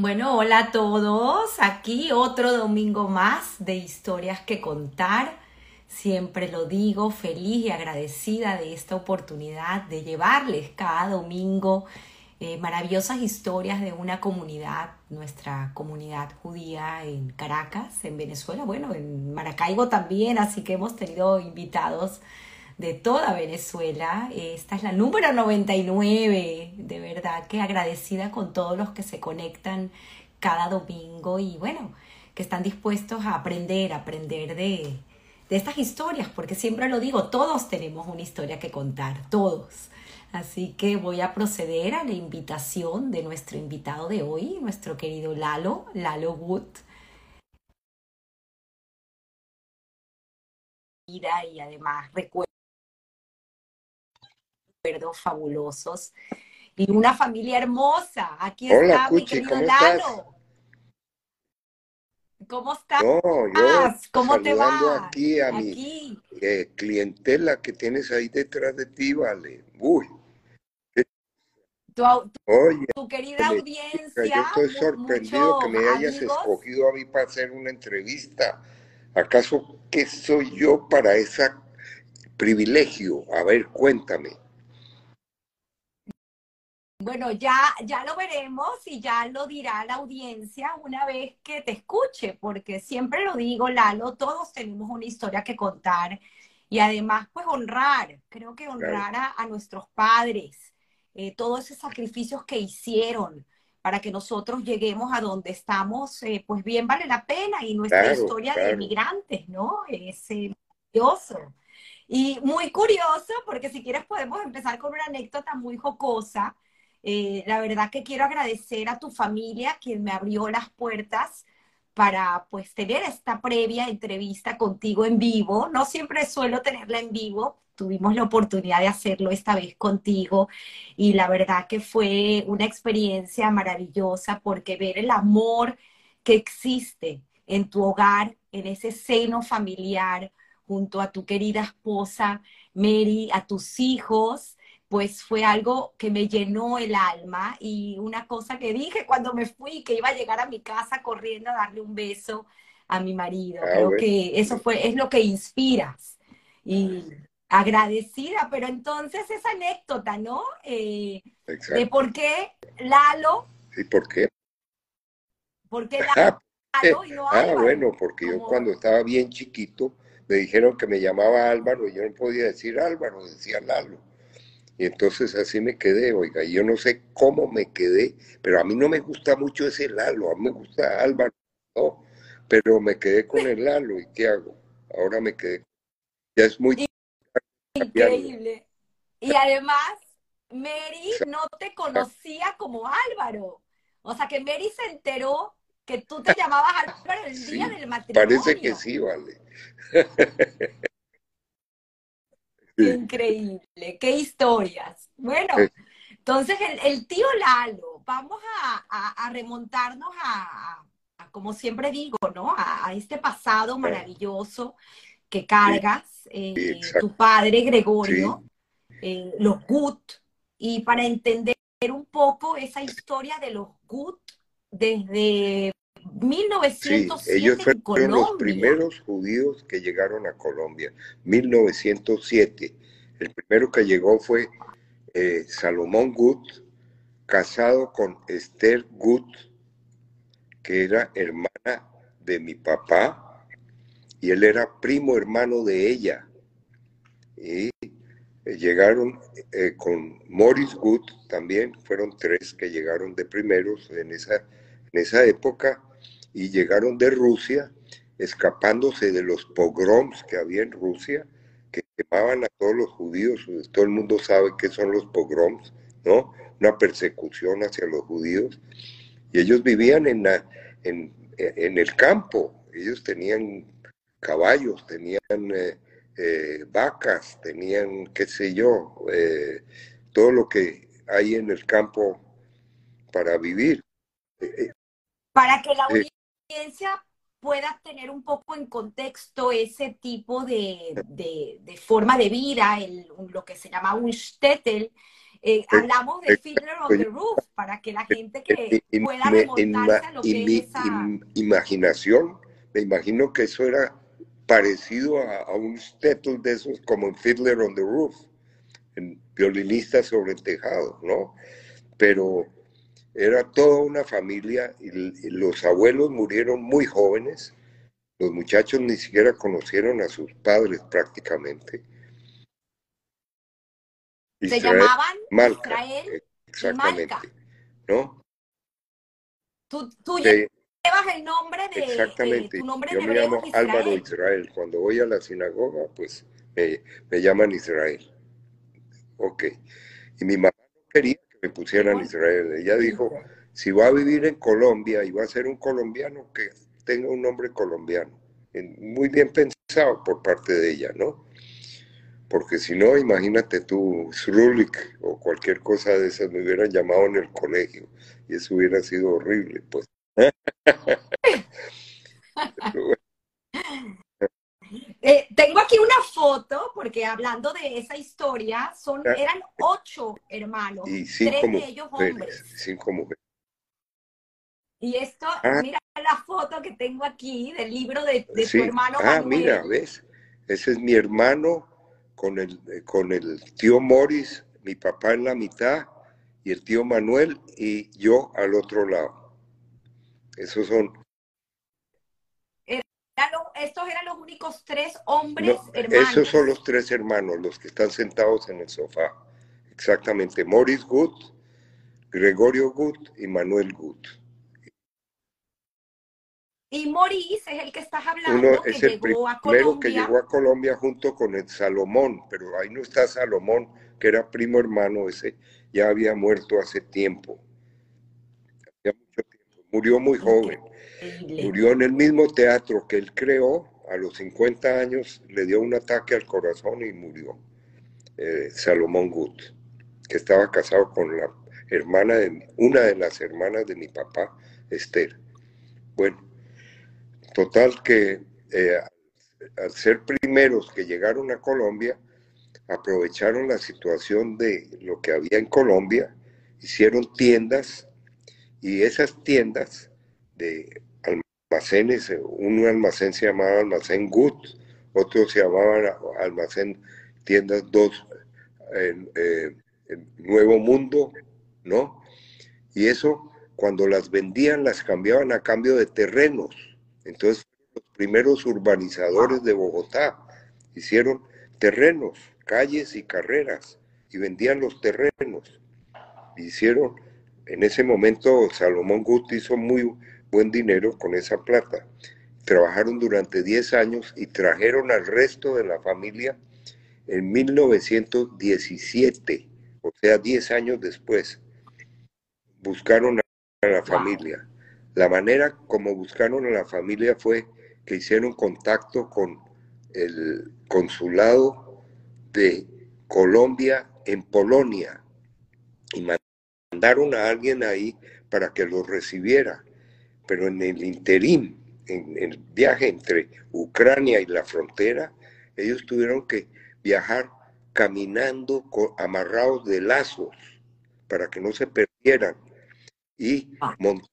Bueno, hola a todos. Aquí otro domingo más de historias que contar. Siempre lo digo, feliz y agradecida de esta oportunidad de llevarles cada domingo maravillosas historias de una comunidad, nuestra comunidad judía en Caracas, en Venezuela, bueno, en Maracaibo también, así que hemos tenido invitados de toda Venezuela. Esta es la número 99, de verdad que agradecida con todos los que se conectan cada domingo y bueno, que están dispuestos a aprender de estas historias, porque siempre lo digo, todos tenemos una historia que contar, todos. Así que voy a proceder a la invitación de nuestro invitado de hoy, nuestro querido Lalo Wood, y además recuerdos fabulosos y una familia hermosa. Aquí Hola, está mi Cuchi, querido ¿cómo estás? Lalo. ¿Cómo estás? No, yo ¿Cómo te saludando va? aquí a mi Aquí. clientela que tienes ahí detrás de ti, vale. Uy, eh, Tu, oye, tu querida chica, audiencia, yo estoy sorprendido que muchos me hayas amigos. escogido a mí para hacer una entrevista. ¿Acaso qué soy yo para ese privilegio? A ver, cuéntame. Bueno, ya lo veremos y ya lo dirá la audiencia una vez que te escuche, porque siempre lo digo, Lalo, todos tenemos una historia que contar y además, pues honrar, creo que Claro, honrar a nuestros padres, todos esos sacrificios que hicieron para que nosotros lleguemos a donde estamos, pues bien vale la pena y nuestra claro, historia de claro. emigrantes, ¿no? Es maravilloso. Y muy curioso, porque si quieres podemos empezar con una anécdota muy jocosa. La verdad que quiero agradecer a tu familia, quien me abrió las puertas para pues tener esta previa entrevista contigo en vivo. No siempre suelo tenerla en vivo, tuvimos la oportunidad de hacerlo esta vez contigo y la verdad que fue una experiencia maravillosa porque ver el amor que existe en tu hogar, en ese seno familiar, junto a tu querida esposa Mary, a tus hijos, pues fue algo que me llenó el alma y una cosa que dije cuando me fui, que iba a llegar a mi casa corriendo a darle un beso a mi marido. Ah, Creo bueno, que eso fue, es lo que inspiras. Y agradecida, pero entonces esa anécdota, ¿no? De exacto. ¿Y por qué? por qué Ah, Lalo y no bueno, Álvaro, porque yo como cuando estaba bien chiquito me dijeron que me llamaba Álvaro y yo no podía decir Álvaro, decía Lalo. Y entonces así me quedé, oiga, y yo no sé cómo me quedé, pero a mí no me gusta mucho ese Lalo, a mí me gusta Álvaro, no, pero me quedé con el Lalo, ¿y qué hago? Ahora me quedé, ya es muy cambiarlo. increíble. Y además, Mary no te conocía como Álvaro. O sea que Mary se enteró que tú te llamabas Álvaro el día Sí, del parece que matrimonio. sí, vale. Qué Sí, increíble, qué historias. Bueno, entonces el tío Lalo, vamos a remontarnos como siempre digo, ¿no? A este pasado maravilloso que sí, cargas, exacto, tu padre sí. Gregorio, los Gut, y para entender un poco esa historia de los Gut desde Sí, ellos 1907 en fueron los Colombia. primeros judíos que llegaron a Colombia, 1907. El primero que llegó fue Salomón Gut, casado con Esther Gut, que era hermana de mi papá, y él era primo hermano de ella. Y llegaron con Morris Gut también, fueron tres que llegaron de primeros en esa época, y llegaron de Rusia, escapándose de los pogroms que había en Rusia, que quemaban a todos los judíos. Todo el mundo sabe qué son los pogroms, ¿no? Una persecución hacia los judíos. Y ellos vivían en el campo, ellos tenían caballos, tenían vacas, tenían, qué sé yo, todo lo que hay en el campo para vivir. Eh, Para que la eh, audiencia pueda tener un poco en contexto ese tipo de forma de vida, lo que se llama un shtetl, hablamos de Fiddler on the Exacto. Roof para que la gente En que mi, pueda remontarse a lo que mi es esa... imaginación, me imagino que eso era parecido a un Stettel de esos como en Fiddler on the Roof, en violinista sobre el tejado, ¿no? Pero era toda una familia y los abuelos murieron muy jóvenes, los muchachos ni siquiera conocieron a sus padres prácticamente. Se Israel llamaban Malca, Israel y Malca. exactamente, ¿no? Tú Sí, llevas el nombre exactamente. tu nombre en Yo me hebreo llamo es Álvaro Israel. Israel. Cuando voy a la sinagoga, pues me llaman Israel. Ok. Y mi mamá no quería que me Qué pusieran Israel. Ella dijo, bonito. si va a vivir en Colombia y va a ser un colombiano, que tenga un nombre colombiano. Muy bien pensado por parte de ella, ¿no? Porque si no, imagínate tú, Srulik o cualquier cosa de esas me hubieran llamado en el colegio y eso hubiera sido horrible, pues. Tengo aquí una foto, porque hablando de esa historia, eran 8 hermanos, Y 3 de ellos mujeres, hombres. 5 mujeres. Y esto, Ah, mira la foto que tengo aquí del libro de tu sí. hermano Ah, mira, Manuel. ¿ves? Ese es mi hermano con el tío Morris, mi papá en la mitad, y el tío Manuel y yo al otro lado. Esos son, Estos eran los únicos 3 no, hombres esos son hermanos. los 3 hermanos, los que están sentados en el sofá. Exactamente, Morris Good, Gregorio Good y Manuel Good. Y Maurice es el que estás Uno hablando, que es el llegó a primero que Colombia. llegó a Colombia junto con el Salomón, pero ahí no está Salomón, que era primo hermano, ese ya había muerto hace tiempo, ya mucho tiempo. Murió muy joven, Increíble. murió en el mismo teatro que él creó, a los 50 años le dio un ataque al corazón y murió. Salomón Good, que estaba casado con la hermana de una de las hermanas de mi papá, Esther. Bueno, total que al ser primeros que llegaron a Colombia, aprovecharon la situación de lo que había en Colombia, hicieron tiendas y esas tiendas de almacenes, un almacén se llamaba Almacén Good, otro se llamaba Almacén Tiendas 2, Nuevo Mundo, ¿no? Y eso, cuando las vendían, las cambiaban a cambio de terrenos. Entonces, los primeros urbanizadores Wow. de Bogotá hicieron terrenos, calles y carreras, y vendían los terrenos. Hicieron, en ese momento, Salomón Gut hizo muy buen dinero con esa plata. Trabajaron durante 10 años y trajeron al resto de la familia en 1917, o sea, 10 años después buscaron a la Wow. familia. La manera como buscaron a la familia fue que hicieron contacto con el consulado de Colombia en Polonia y mandaron a alguien ahí para que los recibiera. Pero en el interín, en el viaje entre Ucrania y la frontera, ellos tuvieron que viajar caminando amarrados de lazos para que no se perdieran y Wow. montar.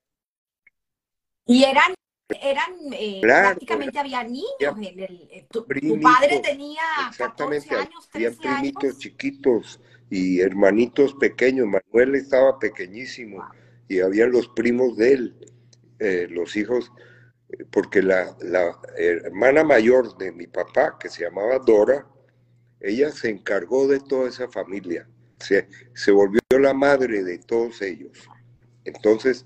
Y Claro, prácticamente había había niños tu padre primitos, tenía 14 exactamente, años, habían 13 primitos años. chiquitos y hermanitos pequeños. Manuel estaba pequeñísimo Wow. y habían los primos de él, los hijos, porque la hermana mayor de mi papá, que se llamaba Dora, ella se encargó de toda esa familia, se volvió la madre de todos ellos. Entonces,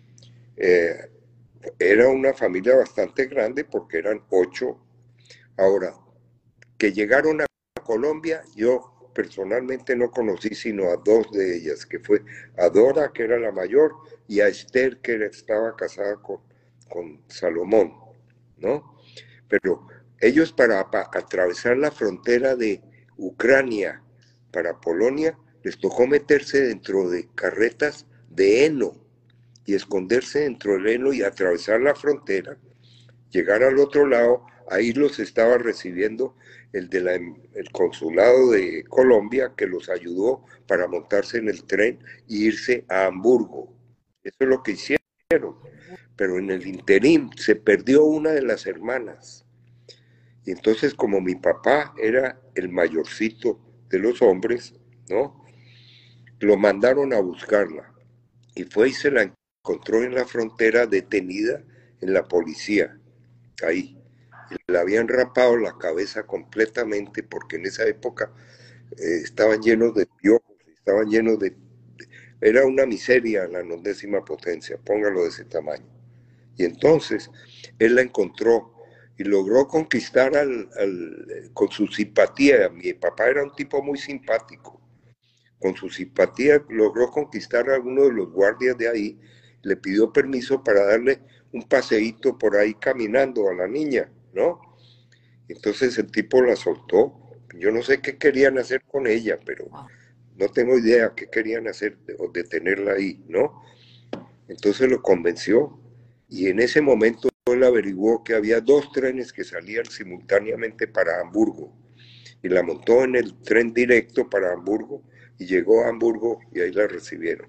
eh, era una familia bastante grande porque eran 8. Ahora, que llegaron a Colombia, yo personalmente no conocí sino a 2 de ellas, que fue a Dora, que era la mayor, y a Esther, que estaba casada con Salomón, ¿no? Pero ellos para atravesar la frontera de Ucrania para Polonia, les tocó meterse dentro de carretas de heno y esconderse dentro del heno y atravesar la frontera, llegar al otro lado, ahí los estaba recibiendo el consulado de Colombia, que los ayudó para montarse en el tren e irse a Hamburgo. Eso es lo que hicieron. Pero en el interín se perdió una de las hermanas. Y entonces, como mi papá era el mayorcito de los hombres, ¿no? Lo mandaron a buscarla. Y fue y se la encontró en la frontera detenida en la policía, ahí. Le habían rapado la cabeza completamente porque en esa época estaban llenos de piojos, estaban llenos de... Era una miseria la 90ª potencia, póngalo de ese tamaño. Y entonces él la encontró y logró conquistar con su simpatía. Mi papá era un tipo muy simpático. Con su simpatía logró conquistar a uno de los guardias de ahí, le pidió permiso para darle un paseíto por ahí caminando a la niña, ¿no? Entonces el tipo la soltó. Yo no sé qué querían hacer con ella, pero no tengo idea qué querían hacer o detenerla ahí, ¿no? Entonces lo convenció y en ese momento él averiguó que había 2 trenes que salían simultáneamente para Hamburgo y la montó en el tren directo para Hamburgo y llegó a Hamburgo y ahí la recibieron.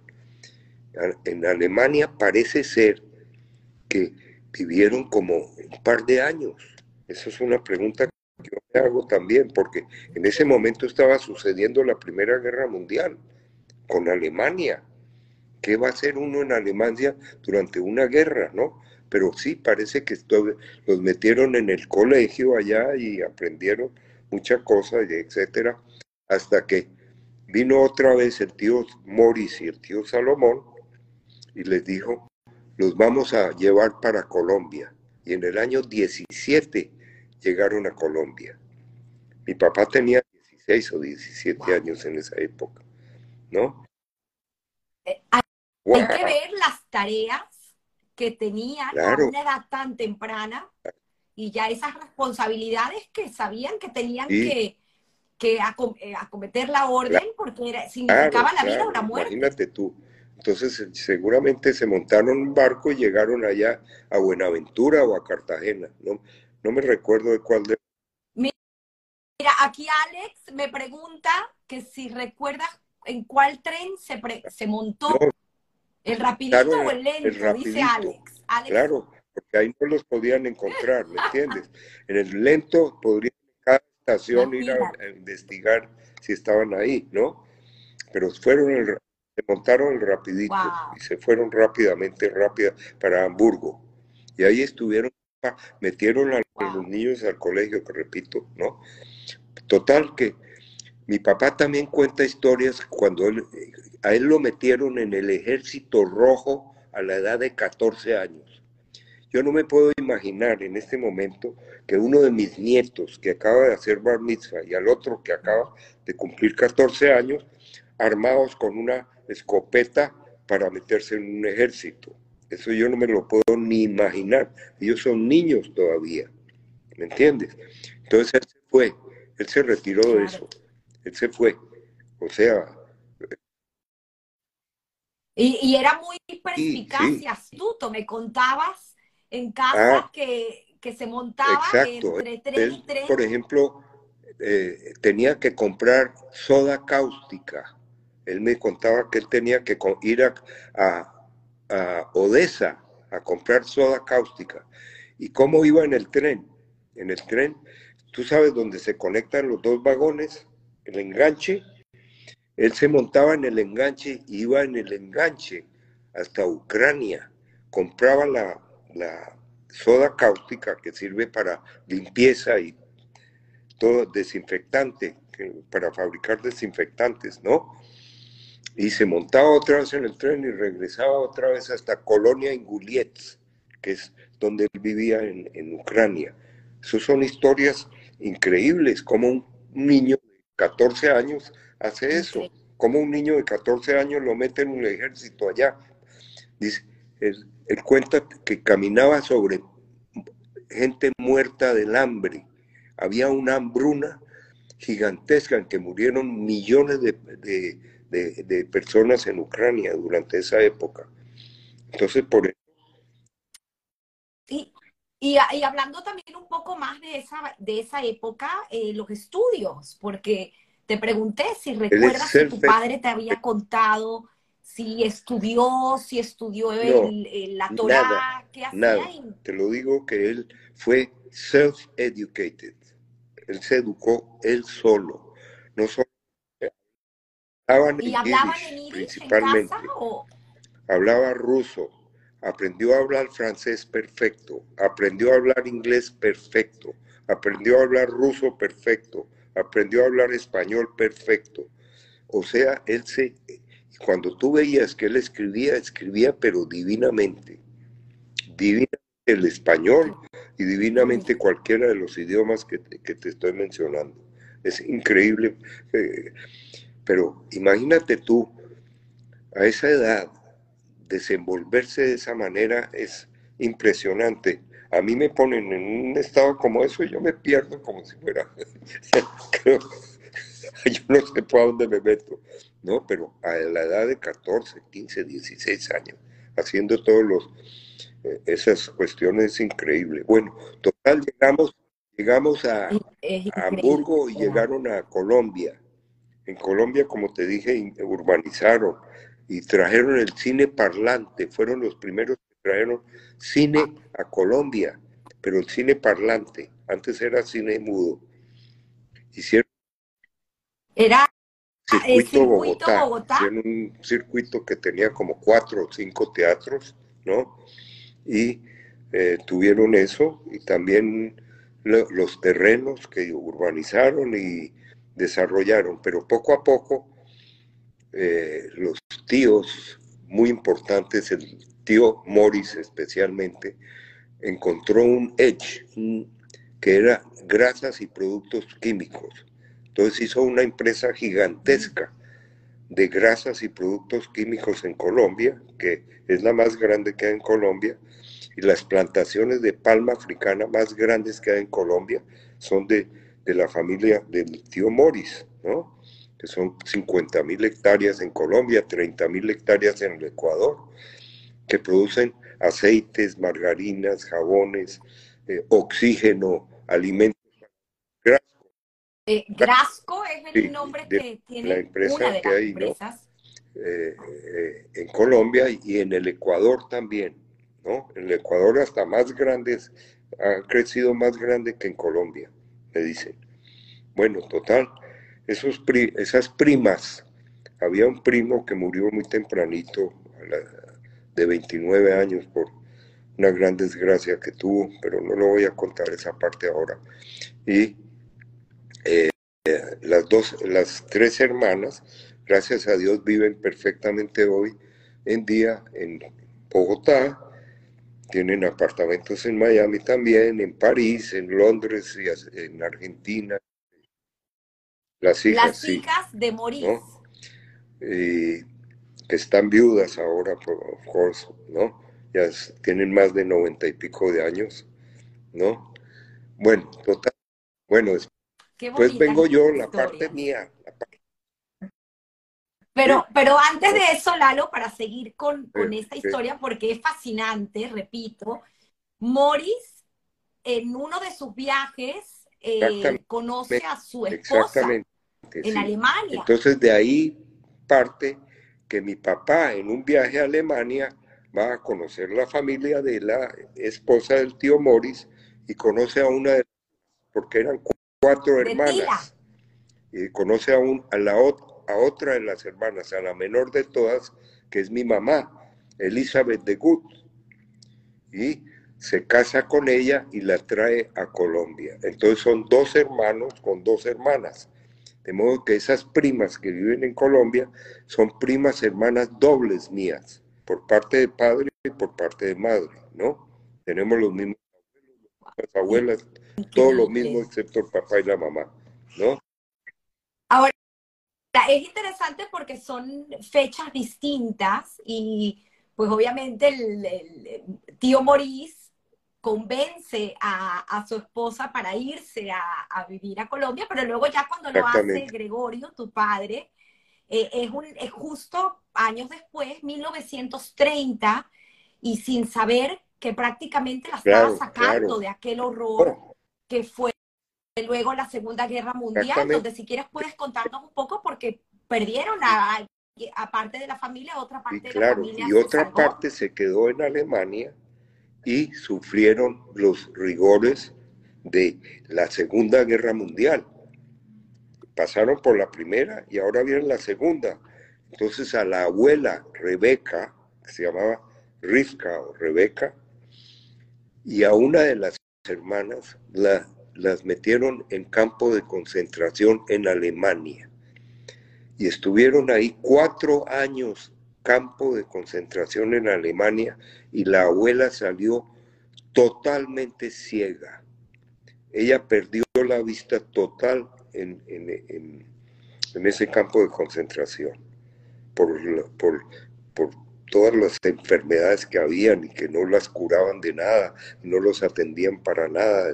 En Alemania parece ser que vivieron como un par de años. Esa es una pregunta que yo me hago también, porque en ese momento estaba sucediendo la Primera Guerra Mundial con Alemania. ¿Qué va a hacer uno en Alemania durante una guerra, no? Pero sí, parece que los metieron en el colegio allá y aprendieron muchas cosas, etcétera, hasta que vino otra vez el tío Morris y el tío Salomón y les dijo, los vamos a llevar para Colombia. Y en el año 17 llegaron a Colombia. Mi papá tenía 16 o 17 años en esa época, ¿no? Hay, ¡Wow! hay que ver las tareas que tenían a Claro, una edad tan temprana y ya esas responsabilidades que sabían que tenían sí, que acometer la orden porque claro, significaba la vida o claro, la muerte. imagínate tú. Entonces seguramente se montaron un barco y llegaron allá a Buenaventura o a Cartagena. No, no me recuerdo de cuál de... Mira, aquí Alex me pregunta que si recuerdas en cuál tren se montó, No, el rapidito o montaron el el lento, dice rapidito, Alex. Alex, claro, porque ahí no los podían encontrar, ¿me entiendes? En el lento podrían en cada estación ir imagínate. a investigar si estaban ahí, ¿no? Pero se montaron el rapidito y Wow, se fueron rápida para Hamburgo. Y ahí estuvieron, metieron a los wow. niños al colegio, que repito, ¿no? Total que mi papá también cuenta historias cuando a él lo metieron en el ejército rojo a la edad de 14 años. Yo no me puedo imaginar en este momento que uno de mis nietos que acaba de hacer bar mitzvah y al otro que acaba de cumplir 14 años, armados con una escopeta para meterse en un ejército. Eso yo no me lo puedo ni imaginar. Ellos son niños todavía, ¿me entiendes? Entonces él se fue, él se retiró de Claro. eso, él se fue. O sea, Y era muy sí, perspicaz y sí. astuto. Me contabas en casa Ah, que se montaba exacto. entre tren y Él, tren. por ejemplo, tenía que comprar soda cáustica. Él me contaba que él tenía que ir a Odessa a comprar soda cáustica. ¿Y cómo iba en el tren? En el tren, tú sabes dónde se conectan los 2 vagones, el enganche. Él se montaba en el enganche, iba en el enganche hasta Ucrania, compraba la soda cáustica que sirve para limpieza y todo desinfectante, para fabricar desinfectantes, ¿no? Y se montaba otra vez en el tren y regresaba otra vez hasta Colonia Ingulets, que es donde él vivía en Ucrania. Esas son historias increíbles, como un niño de 14 años hace eso, Increíble. como un niño de 14 años lo mete en un ejército allá. Dice, él cuenta que caminaba sobre gente muerta del hambre. Había una hambruna gigantesca en que murieron millones de personas en Ucrania durante esa época. Entonces, por eso, Sí, Y hablando también un poco más de esa época, los estudios, porque te pregunté si Él es recuerdas si tu self-educated. padre te había contado, si estudió No, la nada, Torá, qué hacía. nada. Te lo digo que él fue self-educated. Él se educó él solo. No solo hablaban ¿Y en hablaban en Yiddish Yiddish en casa principalmente. o Hablaba ruso, aprendió a hablar francés perfecto, aprendió a hablar inglés perfecto, aprendió a hablar ruso perfecto, aprendió a hablar español perfecto. O sea, cuando tú veías que él escribía, escribía pero divinamente, divinamente el qué, español y qué divinamente bonito? cualquiera de los idiomas que te estoy mencionando. Es increíble, eh, pero imagínate tú, a esa edad, desenvolverse de esa manera es impresionante. A mí me ponen en un estado como eso y yo me pierdo como si fuera, yo no sé por dónde me meto, ¿no? Pero a la edad de 14, 15, 16 años, haciendo esas cuestiones increíbles. Bueno, total, llegamos Es a increíble, Hamburgo y ¿verdad? llegaron a Colombia. En Colombia, como te dije, urbanizaron y trajeron el cine parlante. Fueron los primeros que trajeron cine a Colombia, pero el cine parlante. Antes era cine mudo. Hicieron Era circuito Circuito Bogotá. Bogotá. Hicieron un circuito que tenía como 4 o 5 teatros, ¿no? Y tuvieron eso y también los terrenos que urbanizaron y desarrollaron, pero poco a poco los tíos muy importantes, el tío Morris especialmente, encontró un edge que era grasas y productos químicos. Entonces hizo una empresa Sí. gigantesca de grasas y productos químicos en Colombia, que es la más grande que hay en Colombia, y las plantaciones de palma africana más grandes que hay en Colombia son de la familia del tío Morris, ¿no? Que son 50.000 hectáreas en Colombia, 30.000 hectáreas en el Ecuador, que producen aceites, margarinas, jabones, oxígeno, alimentos. Grasco es el Sí, nombre de que la tiene una empresa de que las hay, ¿no? empresas. En Colombia y en el Ecuador también, ¿no? En el Ecuador hasta más grandes, ha crecido más grande que en Colombia, me dicen. Bueno, total, esas primas, había un primo que murió muy tempranito, de 29 años, por una gran desgracia que tuvo, pero no lo voy a contar esa parte ahora. Y las tres hermanas, gracias a Dios, viven perfectamente hoy en día en Bogotá, tienen apartamentos en Miami también, en París, en Londres y en Argentina. Las hijas, Las sí, hijas de Maurice. ¿no? Y que están viudas ahora, of course, ¿no? Ya tienen más de 90 y pico de años, ¿no? Bueno, total. Bueno, Qué después bonitas vengo yo, la parte historias. mía, la parte, Pero antes ¿no? de eso, Lalo, para seguir con Eh, esta eh, historia, porque es fascinante, repito, Morris en uno de sus viajes Exactamente, conoce a su esposa exactamente, en sí. Alemania. Entonces de ahí parte que mi papá en un viaje a Alemania va a conocer la familia de la esposa del tío Morris y conoce a una de, porque eran 4 hermanas, De Tila. y conoce a otra de las hermanas, a la menor de todas, que es mi mamá, Elizabeth de Gut, y se casa con ella y la trae a Colombia. Entonces son 2 hermanos con 2 hermanas. De modo que esas primas que viven en Colombia son primas hermanas dobles mías, por parte de padre y por parte de madre, ¿no? Tenemos los mismos abuelas, todo lo mismo Increíble. excepto el papá y la mamá, ¿no? Ahora, es interesante porque son fechas distintas y pues obviamente el tío Maurice convence a su esposa para irse a vivir a Colombia, pero luego ya cuando lo hace Exactamente, Gregorio, tu padre, es justo años después, 1930, y sin saber que prácticamente la estaba Claro, sacando claro. de aquel horror No, que fue luego la Segunda Guerra Mundial, exactamente. donde si quieres puedes contarnos un poco porque perdieron a parte de la familia, otra Y parte de la claro, familia y se otra salvó. parte se quedó en Alemania y sufrieron los rigores de la Segunda Guerra Mundial. Pasaron por la primera y ahora viene la segunda. Entonces a la abuela Rebeca, que se llamaba Rivka o Rebeca, y a una de las hermanas las metieron en campo de concentración en Alemania. Y estuvieron ahí 4 años, campo de concentración en Alemania, y la abuela salió totalmente ciega. Ella perdió la vista total en ese campo de concentración por todas las enfermedades que habían y que no las curaban de nada, no los atendían para nada,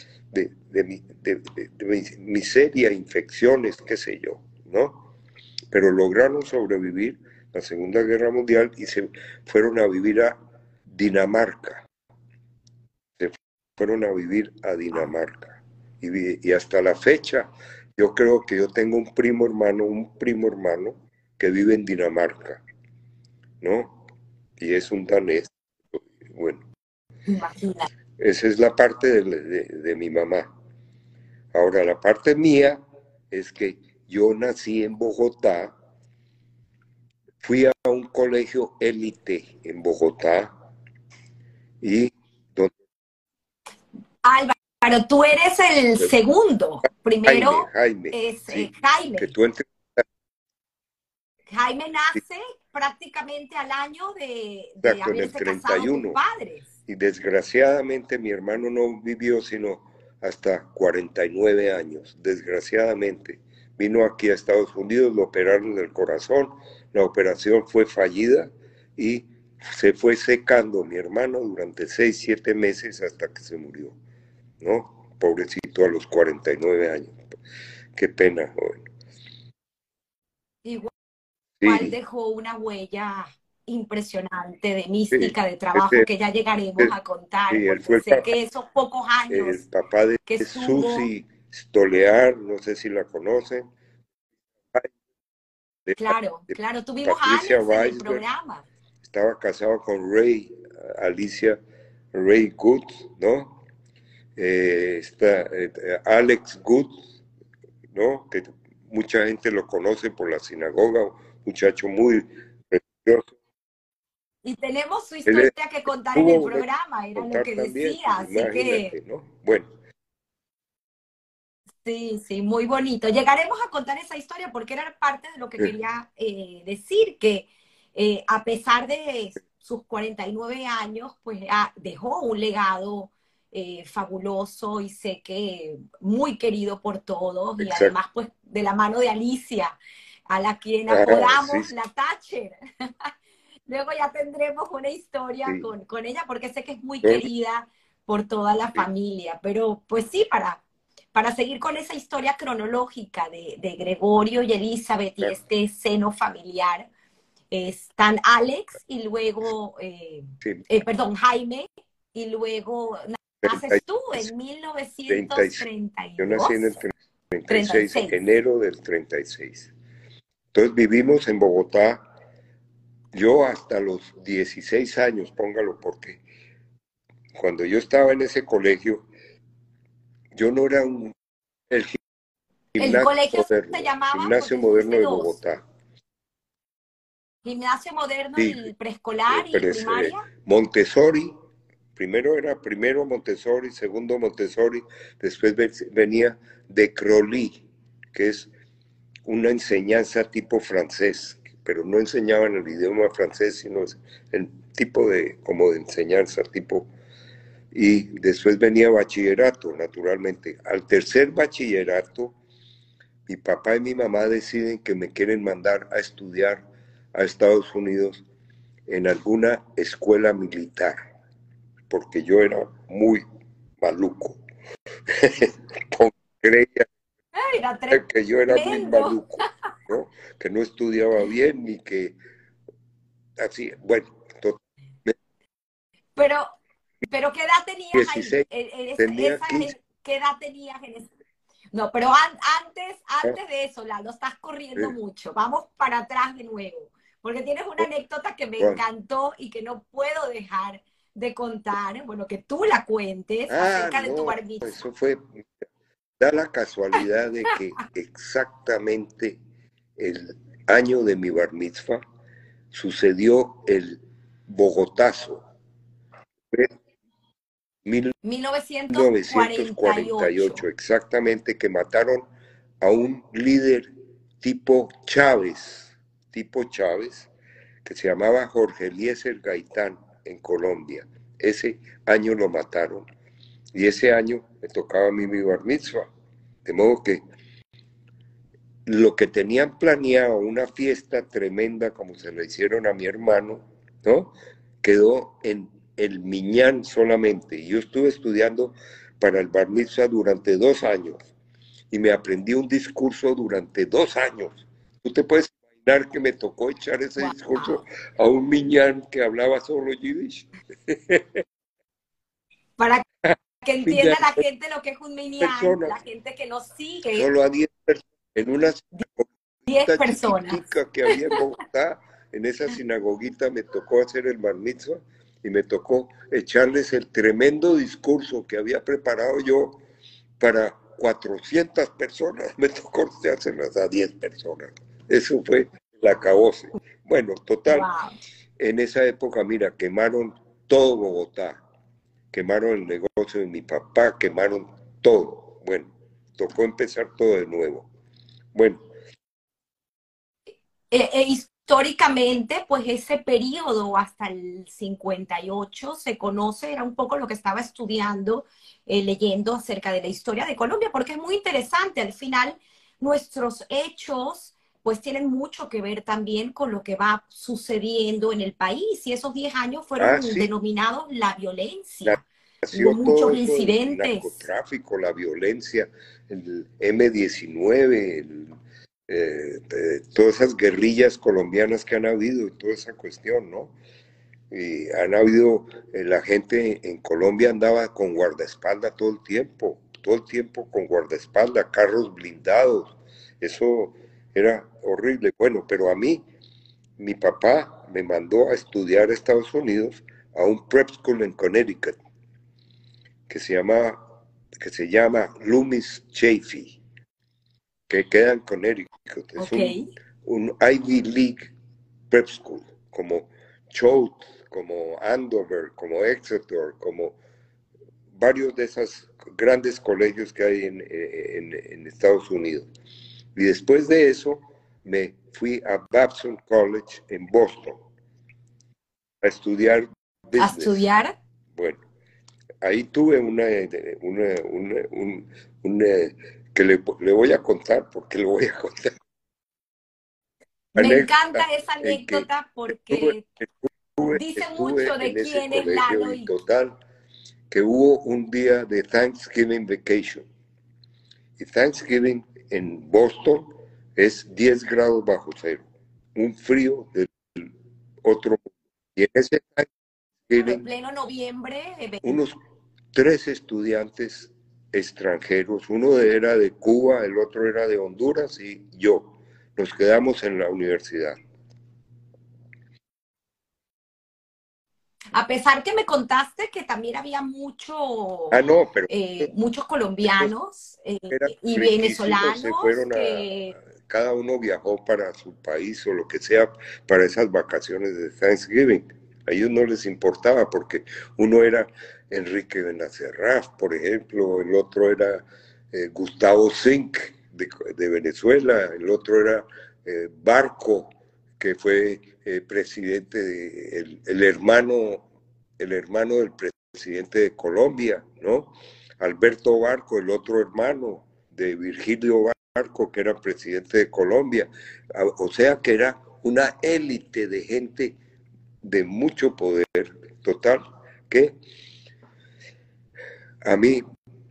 de miseria, infecciones, qué sé yo, ¿no? Pero lograron sobrevivir la Segunda Guerra Mundial y se fueron a vivir a Dinamarca. Se fueron a vivir a Wow. Dinamarca. Y hasta la fecha, yo creo que yo tengo un primo hermano que vive en Dinamarca, ¿no? Y es un danés. Bueno, Imagina. esa es la parte de mi mamá. Ahora, la parte mía es que yo nací en Bogotá, fui a un colegio élite en Bogotá y donde Álvaro, tú eres el segundo. Primero Jaime, es sí, que Jaime. tú entres, Jaime sí, nace prácticamente al año de exacto, en el haberse casado tus 31. padres. Y desgraciadamente mi hermano no vivió sino hasta 49 años, desgraciadamente. Vino aquí a Estados Unidos, lo operaron del corazón, la operación fue fallida y se fue secando mi hermano durante 6, 7 meses hasta que se murió, ¿no? Pobrecito a los 49 años. Qué pena, joven. Igual Sí, dejó una huella impresionante de sí, mística, de trabajo ese, que ya llegaremos ese, a contar, sí, él porque fue sé que esos pocos el años papá de que estuvo, Susi Stolear, no sé si la conocen, de, claro, de claro, tuvimos a Patricia Alex en el Weisberg, programa. estaba casado con Ray, Alicia Ray Good, ¿no? Está Alex Good, ¿no? Que mucha gente lo conoce por la sinagoga, un muchacho muy religioso. Y tenemos su Él historia que contar en tuvo el una que programa, era lo contar que también, decía, pues así que imagínate, ¿no? Bueno, sí, sí, muy bonito. Llegaremos a contar esa historia porque era parte de lo que quería decir, que a pesar de sus 49 años, pues dejó un legado fabuloso y sé que muy querido por todos y exacto. además pues de la mano de Alicia, a la quien Ah, sí, apodamos la Thatcher. Luego ya tendremos una historia sí. con ella porque sé que es muy No, querida por toda la sí, familia, pero pues sí, para seguir con esa historia cronológica de Gregorio y Elizabeth y claro, este seno familiar, están Alex y luego, sí, perdón, Jaime, y luego naces tú en 36. Yo 1932, nací en el 36, 36. enero del 36. Entonces vivimos en Bogotá, yo hasta los 16 años, póngalo, porque cuando yo estaba en ese colegio, yo no era el El colegio se llamaba, gimnasio porque moderno fuiste de dos, Bogotá. gimnasio moderno, Sí, el preescolar y pero primaria. Montessori, primero Montessori, segundo Montessori, después venía de Crolí, que es una enseñanza tipo francés, pero no enseñaban el idioma francés, sino el tipo de, como de enseñanza tipo, y después venía bachillerato, naturalmente. Al tercer bachillerato, mi papá y mi mamá deciden que me quieren mandar a estudiar a Estados Unidos en alguna escuela militar, porque yo era muy maluco. Creía Era que yo era muy tremendo. maluco, ¿no? Que no estudiaba bien ni que así, bueno, Pero Pero ¿qué edad tenías ahí? 16, tenía Esa, 15. ¿qué edad tenías en ese? No, pero Ah, antes de eso, Lalo, estás corriendo eh, mucho. Vamos para atrás de nuevo, porque tienes una anécdota que me ¿cuál? encantó y que no puedo dejar de contar. Bueno, que tú la cuentes Ah, acerca de tu no, bar mitzvah. eso fue, da la casualidad de que exactamente el año de mi bar mitzvah sucedió el Bogotazo. Fue 1948, 1948. exactamente, que mataron a un líder tipo Chávez, que se llamaba Jorge Eliezer Gaitán en Colombia. Ese año lo mataron y ese año me tocaba a mí mi bar mitzvah. De modo que lo que tenían planeado, una fiesta tremenda como se le hicieron a mi hermano, ¿no? Quedó en el Miñán solamente. Y yo estuve estudiando para el bar mitzvah durante 2 años y me aprendí un discurso durante 2 años. ¿Tú te puedes imaginar que me tocó echar ese discurso Wow. a un Miñán que hablaba solo yiddish? Para que Miñán, entienda la gente lo que es un minyan, personas, la gente que nos sigue, solo a 10 personas, en una 10 sinagoguita personas. chiquitica que había en Bogotá. En esa sinagoguita me tocó hacer el bar mitzvah y me tocó echarles el tremendo discurso que había preparado yo para 400 personas. Me tocó hacérselas a 10 personas. Eso fue el acabose. Bueno, total, Wow. en esa época, mira, quemaron todo Bogotá, quemaron el negocio de mi papá, quemaron todo. Bueno, tocó empezar todo de nuevo. Bueno, Históricamente, pues ese periodo hasta el 58 se conoce, era un poco lo que estaba estudiando, leyendo acerca de la historia de Colombia, porque es muy interesante. Al final, nuestros hechos pues tienen mucho que ver también con lo que va sucediendo en el país. Y esos 10 años fueron sí, denominados la violencia. Hubo nació todo muchos eso del incidentes. narcotráfico, la violencia, el M-19, todas esas guerrillas colombianas que han habido y toda esa cuestión, ¿no? Y han habido, la gente en Colombia andaba con guardaespaldas todo el tiempo con guardaespaldas, carros blindados, eso era horrible. Bueno, pero a mí, mi papá me mandó a estudiar a Estados Unidos a un prep school en Connecticut que se llama, que se llama Loomis Chaffee, que queda en Connecticut. Es Ok. un Ivy League prep school, como Choate, como Andover, como Exeter, como varios de esos grandes colegios que hay en Estados Unidos. Y después de eso me fui a Babson College en Boston a estudiar A business. estudiar. Bueno, ahí tuve que le voy a contar, porque le voy a contar Me encanta anécdota esa en que anécdota estuve, porque dice mucho estuve de en ese quién es colegio Lalo y y total, que hubo un día de Thanksgiving Vacation. Y Thanksgiving en Boston es 10 grados bajo cero, un frío del otro mundo. Y en ese claro, Thanksgiving, pleno noviembre. unos 3 estudiantes extranjeros, uno era de Cuba, el otro era de Honduras y yo, nos quedamos en la universidad. A pesar que me contaste que también había Ah, no, pero muchos estos colombianos eran y riquísimos, se venezolanos fueron que cada uno viajó para su país o lo que sea para esas vacaciones de Thanksgiving. A ellos no les importaba porque uno era Enrique Benacerraf, por ejemplo, el otro era Gustavo Zink de Venezuela, el otro era Barco, que fue presidente, el hermano del presidente de Colombia, ¿no? Alberto Barco, el otro hermano de Virgilio Barco, que era presidente de Colombia. O sea que era una élite de gente de mucho poder total, que a mí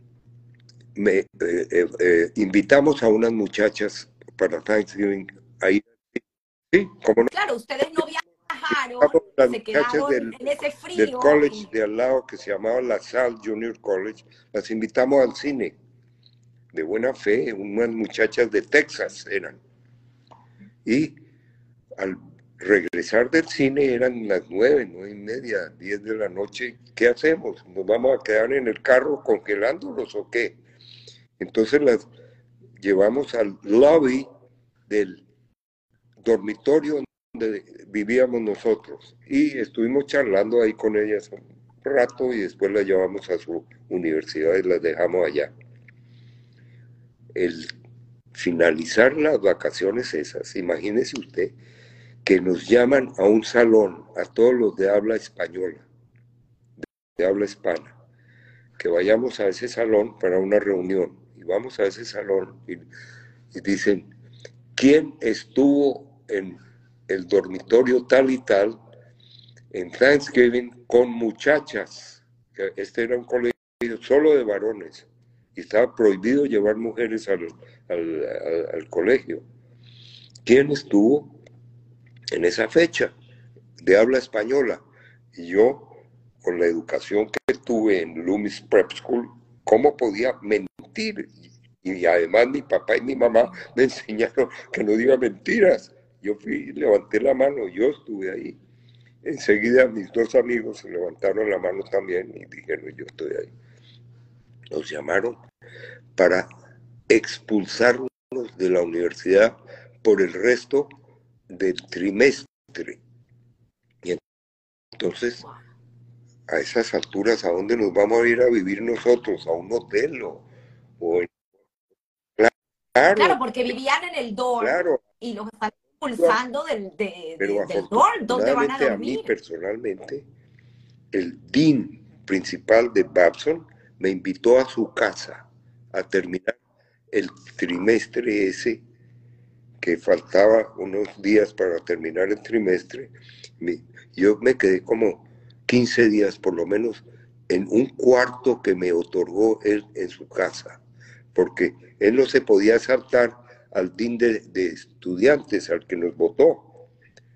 invitamos a unas muchachas para Thanksgiving ahí. Sí, como no, claro, ustedes no viajaron quedaron, las se muchachas quedaron en ese del frío. college de al lado que se llamaba La Salle Junior College, las invitamos al cine, de buena fe, unas muchachas de Texas eran. Y al regresar del cine eran las 9:30, 10 de la noche. ¿Qué hacemos? ¿Nos vamos a quedar en el carro congelándolos o qué? Entonces las llevamos al lobby del dormitorio donde vivíamos nosotros y estuvimos charlando ahí con ellas un rato y después las llevamos a su universidad y las dejamos allá. El finalizar las vacaciones esas, imagínese usted que nos llaman a un salón, a todos los de habla española, de habla hispana, que vayamos a ese salón para una reunión. Y vamos a ese salón y dicen, ¿quién estuvo en el dormitorio tal y tal en Thanksgiving con muchachas? Este era un colegio solo de varones y estaba prohibido llevar mujeres al colegio. ¿Quién estuvo en esa fecha de habla española? Y yo, con la educación que tuve en Loomis Prep School, ¿cómo podía mentir? Y además mi papá y mi mamá me enseñaron que no diga mentiras. Yo fui, levanté la mano, yo estuve ahí. Enseguida mis dos amigos se levantaron la mano también y dijeron, yo estoy ahí. Nos llamaron para expulsarnos de la universidad por el resto del trimestre. Y entonces, a esas alturas, ¿a dónde nos vamos a ir a vivir nosotros? ¿A un hotel o en... Claro, porque vivían en el dorm, claro, y los están expulsando del dorm. ¿Dónde van a afortunadamente a mí personalmente, el dean principal de Babson me invitó a su casa a terminar el trimestre ese, que faltaba unos días para terminar el trimestre. Yo me quedé como 15 días por lo menos en un cuarto que me otorgó él en su casa, porque él no se podía saltar al dean de estudiantes, al que nos votó.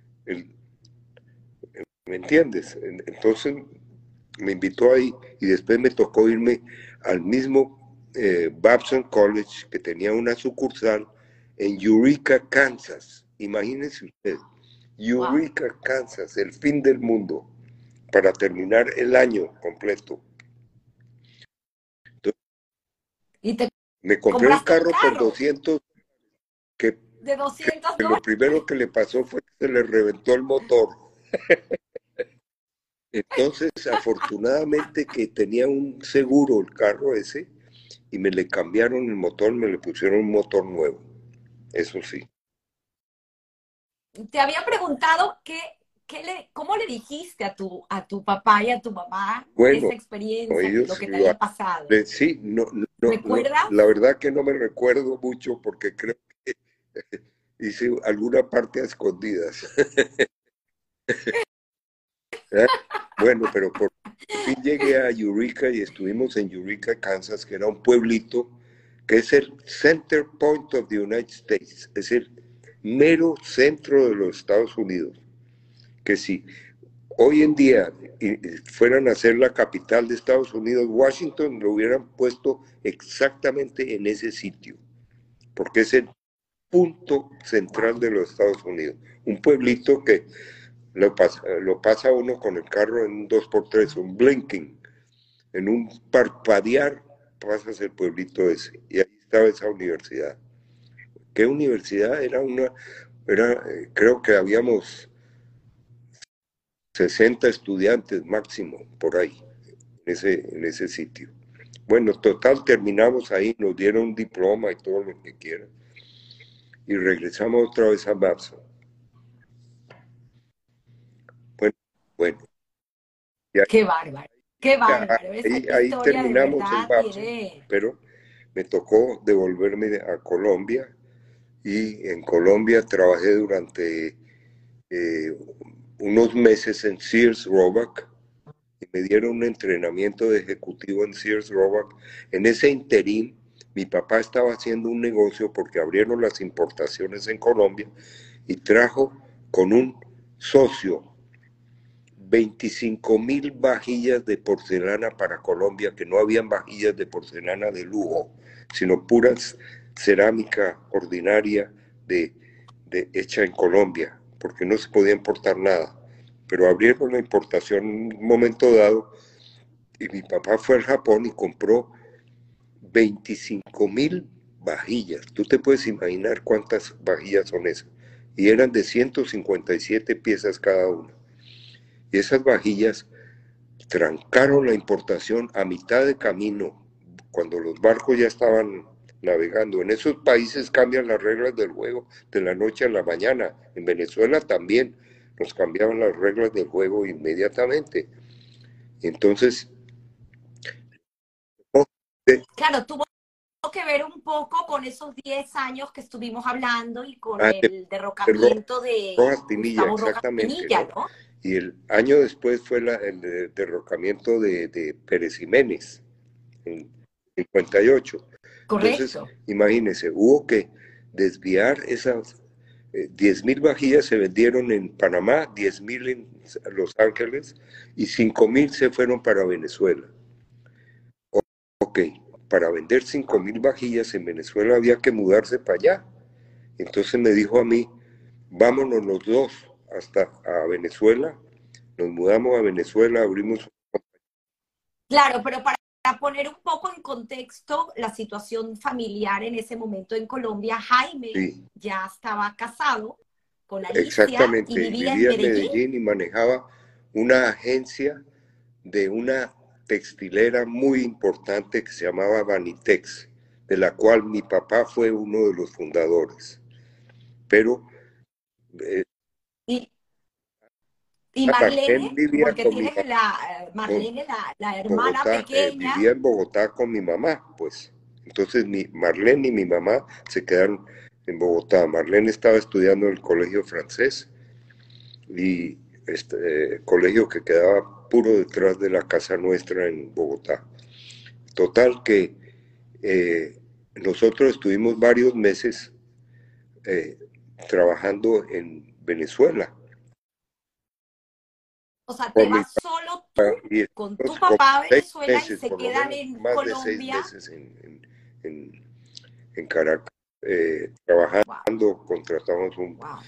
¿Me entiendes? Entonces me invitó ahí y después me tocó irme al mismo Babson College, que tenía una sucursal en Eureka, Kansas. Imagínense usted, Eureka, wow. Kansas, el fin del mundo, para terminar el año completo. Entonces, me compré un carro por 200, que lo primero que le pasó fue que se le reventó el motor. Entonces, afortunadamente que tenía un seguro el carro ese, y me le cambiaron el motor, me le pusieron un motor nuevo. Eso sí. Te había preguntado cómo le dijiste a tu papá y a tu mamá esa experiencia, lo que te había pasado. Sí, no, la verdad que no me recuerdo mucho porque creo que hice alguna parte a escondidas. Bueno, pero por fin llegué a Eureka y estuvimos en Eureka, Kansas, que era un pueblito que es el center point of the United States, es el mero centro de los Estados Unidos. Que si hoy en día fueran a ser la capital de Estados Unidos, Washington, lo hubieran puesto exactamente en ese sitio, porque es el punto central de los Estados Unidos. Un pueblito que lo pasa uno con el carro en un 2x3, un blinking, en un parpadear pasas el pueblito ese, y ahí estaba esa universidad. ¿Qué universidad? Creo que habíamos 60 estudiantes máximo por ahí, en ese sitio. Bueno, total, terminamos ahí, nos dieron un diploma y todo lo que quieran, y regresamos otra vez a Babson. Bueno. Qué bárbaro, qué bárbaro. Ahí terminamos en Babson, pero me tocó devolverme a Colombia, y en Colombia trabajé durante unos meses en Sears Roebuck, y me dieron un entrenamiento de ejecutivo en Sears Roebuck. En ese interín, mi papá estaba haciendo un negocio porque abrieron las importaciones en Colombia y trajo con un socio 25.000 vajillas de porcelana para Colombia, que no habían vajillas de porcelana de lujo, sino puras cerámica ordinaria hecha en Colombia, porque no se podía importar nada. Pero abrieron la importación en un momento dado y mi papá fue al Japón y compró 25.000 vajillas. Tú te puedes imaginar cuántas vajillas son esas. Y eran de 157 piezas cada una. Y esas vajillas trancaron la importación a mitad de camino, cuando los barcos ya estaban navegando. En esos países cambian las reglas del juego de la noche a la mañana. En Venezuela también nos cambiaban las reglas del juego inmediatamente. Entonces, Claro, tuvo que ver un poco con esos 10 años que estuvimos hablando y con el derrocamiento de Rojas Pinilla, Gustavo Rojas exactamente, Pinilla, ¿no? ¿no? Y el año después fue el derrocamiento de Pérez Jiménez, en 58. Entonces, Correcto. imagínense, hubo que desviar esas 10.000 vajillas se vendieron en Panamá, 10.000 en Los Ángeles y 5.000 se fueron para Venezuela. Ok, para vender 5.000 vajillas en Venezuela había que mudarse para allá. Entonces me dijo a mí, vámonos los dos hasta a Venezuela. Nos mudamos a Venezuela, abrimos. Claro, pero para poner un poco en contexto la situación familiar en ese momento en Colombia, Jaime Sí, ya estaba casado con Alicia y exactamente, vivía en vivía en Medellín. Medellín y manejaba una agencia de una textilera muy importante que se llamaba Vanitex, de la cual mi papá fue uno de los fundadores. Pero eh, Y, y Marlene Marlene, vivía porque con mi tienes mamá en Marlene, la hermana Bogotá, pequeña. vivía en Bogotá con mi mamá, pues. Entonces Marlene y mi mamá se quedaron en Bogotá. Marlene estaba estudiando en el colegio francés y colegio que quedaba puro detrás de la casa nuestra en Bogotá. Total que nosotros estuvimos varios meses eh, trabajando en Venezuela. O sea, te Con mi vas solo tú y con tu estuvimos como papá a seis Venezuela y meses, se por lo quedan menos en más de 6 Colombia. meses en, en Caracas, trabajando. Wow, Contratamos un, wow.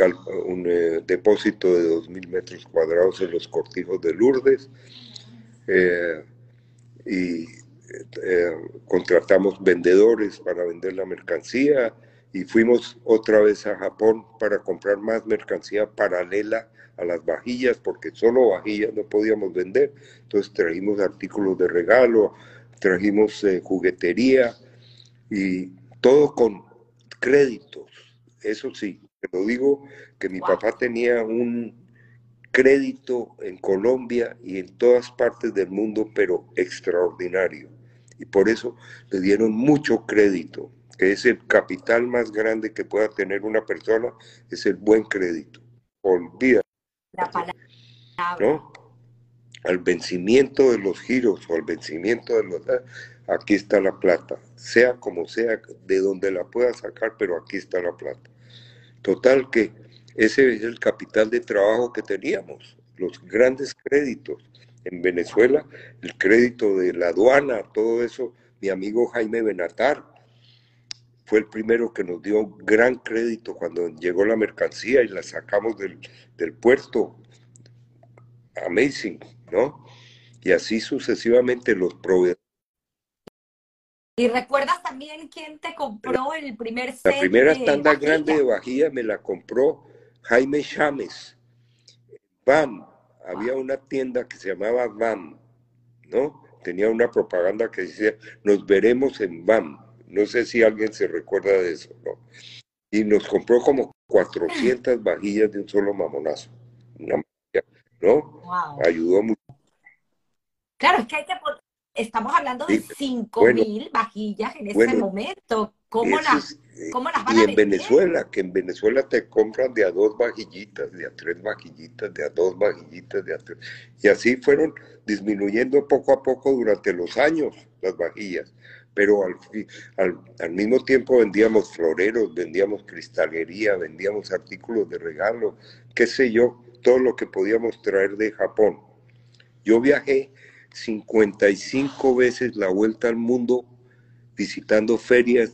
depósito de 2.000 metros cuadrados en los cortijos de Lourdes eh, y contratamos vendedores para vender la mercancía y fuimos otra vez a Japón para comprar más mercancía paralela a las vajillas, porque solo vajillas no podíamos vender. Entonces trajimos artículos de regalo, trajimos juguetería y todo con créditos. Eso sí, te lo digo que mi Wow. papá tenía un crédito en Colombia y en todas partes del mundo, pero extraordinario. Y por eso le dieron mucho crédito, que es el capital más grande que pueda tener una persona, es el buen crédito. Olvídate, La palabra. ¿no? Al vencimiento de los giros o al vencimiento de los... Aquí está la plata, sea como sea, de donde la pueda sacar, pero aquí está la plata. Total que ese es el capital de trabajo que teníamos, los grandes créditos. En Venezuela, el crédito de la aduana, todo eso, mi amigo Jaime Benatar fue el primero que nos dio gran crédito cuando llegó la mercancía y la sacamos del puerto. Amazing, ¿no? Y así sucesivamente los proveedores. ¿Y recuerdas también quién te compró el primer La set primera de tanda grande de vajilla? vajilla me la compró Jaime Chames. BAM, había Wow. una tienda que se llamaba BAM, ¿no? Tenía una propaganda que decía, nos veremos en BAM. No sé si alguien se recuerda de eso, ¿no? Y nos compró como 400 vajillas de un solo mamonazo. Una maravilla, ¿no? Wow. Ayudó mucho. Claro, es que estamos hablando de Sí, cinco bueno, mil vajillas en ese bueno, momento. eso es, ¿Cómo las van y a en vender? Venezuela, que en Venezuela te compran de a dos vajillitas, de a tres vajillitas, de a dos vajillitas, de a tres. Y así fueron disminuyendo poco a poco durante los años las vajillas. Pero al mismo tiempo vendíamos floreros, vendíamos cristalería, vendíamos artículos de regalo, qué sé yo. todo lo que podíamos traer de Japón. Yo viajé 55 veces la vuelta al mundo visitando ferias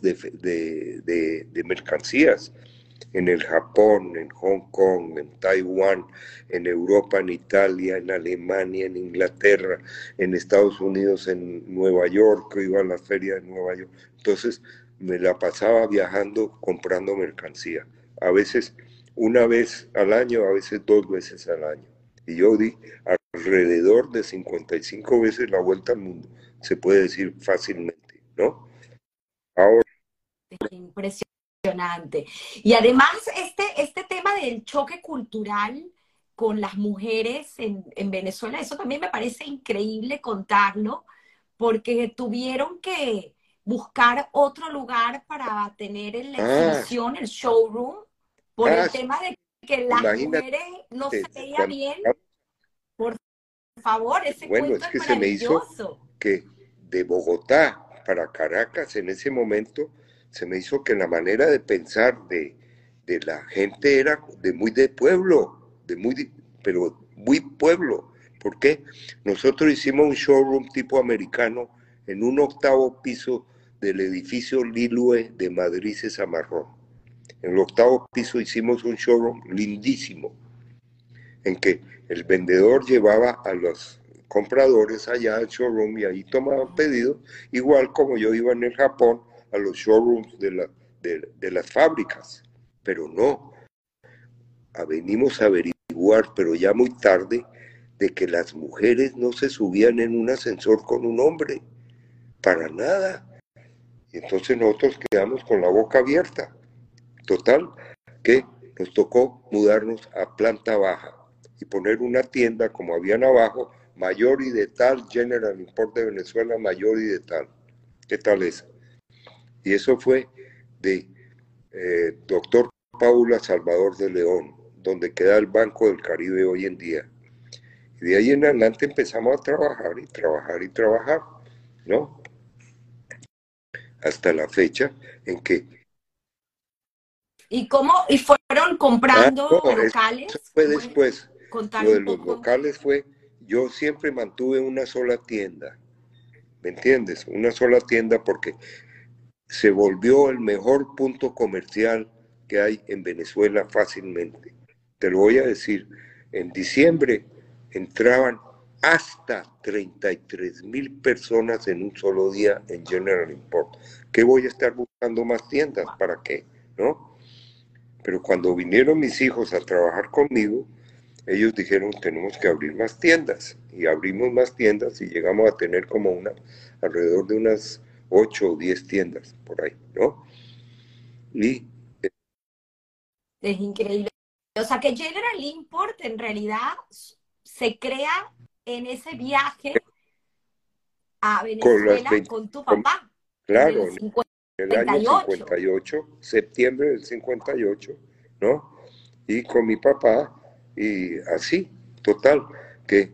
de mercancías en el Japón, en Hong Kong, en Taiwán, en Europa, en Italia, en Alemania, en Inglaterra, en Estados Unidos, en Nueva York, que iba a la feria de Nueva York. Entonces me la pasaba viajando, comprando mercancía. A veces una vez al año, a veces 2 veces al año. Y yo di alrededor de 55 veces la vuelta al mundo, se puede decir fácilmente, ¿no? Ahora, Impresionante. Y además este tema del choque cultural con las mujeres en Venezuela, eso también me parece increíble contarlo, porque tuvieron que buscar otro lugar para tener la ah, exhibición, el showroom, por el ah, tema de que las imagínate, mujeres no se veía cuando, bien. Por favor, ese bueno, cuento es es que se me hizo maravilloso. que de Bogotá para Caracas en ese momento, se me hizo que la manera de pensar de la gente era de muy de pueblo, pero muy pueblo. ¿Por qué? Nosotros hicimos un showroom tipo americano en un 8º piso del edificio Lilue de Madrid Zamarrón. En el 8º piso hicimos un showroom lindísimo, en que el vendedor llevaba a los compradores allá al showroom y ahí tomaban pedidos, igual como yo iba en el Japón a los showrooms de las fábricas. Pero no, venimos a averiguar, pero ya muy tarde, de que las mujeres no se subían en un ascensor con un hombre, para nada. Y entonces nosotros quedamos con la boca abierta. Total, que nos tocó mudarnos a planta baja y poner una tienda como habían abajo, Mayor y de tal, General Import de Venezuela, Mayor y de tal. ¿Qué tal es? Y eso fue de Doctor Paula Salvador de León, donde queda el Banco del Caribe hoy en día. Y de ahí en adelante empezamos a trabajar y trabajar y trabajar, ¿no? Hasta la fecha en que... ¿Y cómo? ¿Y fueron comprando No, eso locales? fue ¿Puedes después. contar Lo de un los poco? locales fue, yo siempre mantuve una sola tienda, ¿me entiendes? Una sola tienda porque se volvió el mejor punto comercial que hay en Venezuela fácilmente. Te lo voy a decir, en diciembre entraban hasta 33,000 personas en un solo día en General Import. ¿Qué voy a estar buscando más tiendas? ¿Para qué? ¿No? Pero cuando vinieron mis hijos a trabajar conmigo, ellos dijeron, tenemos que abrir más tiendas. Y abrimos más tiendas y llegamos a tener como alrededor de unas 8 o 10 tiendas por ahí, ¿no? Y Es increíble. O sea que General Import en realidad se crea en ese viaje a con las Venezuela 20, con tu papá en claro, el en el año 58. 58, septiembre del 58, ¿no? Y con mi papá, y así, total, que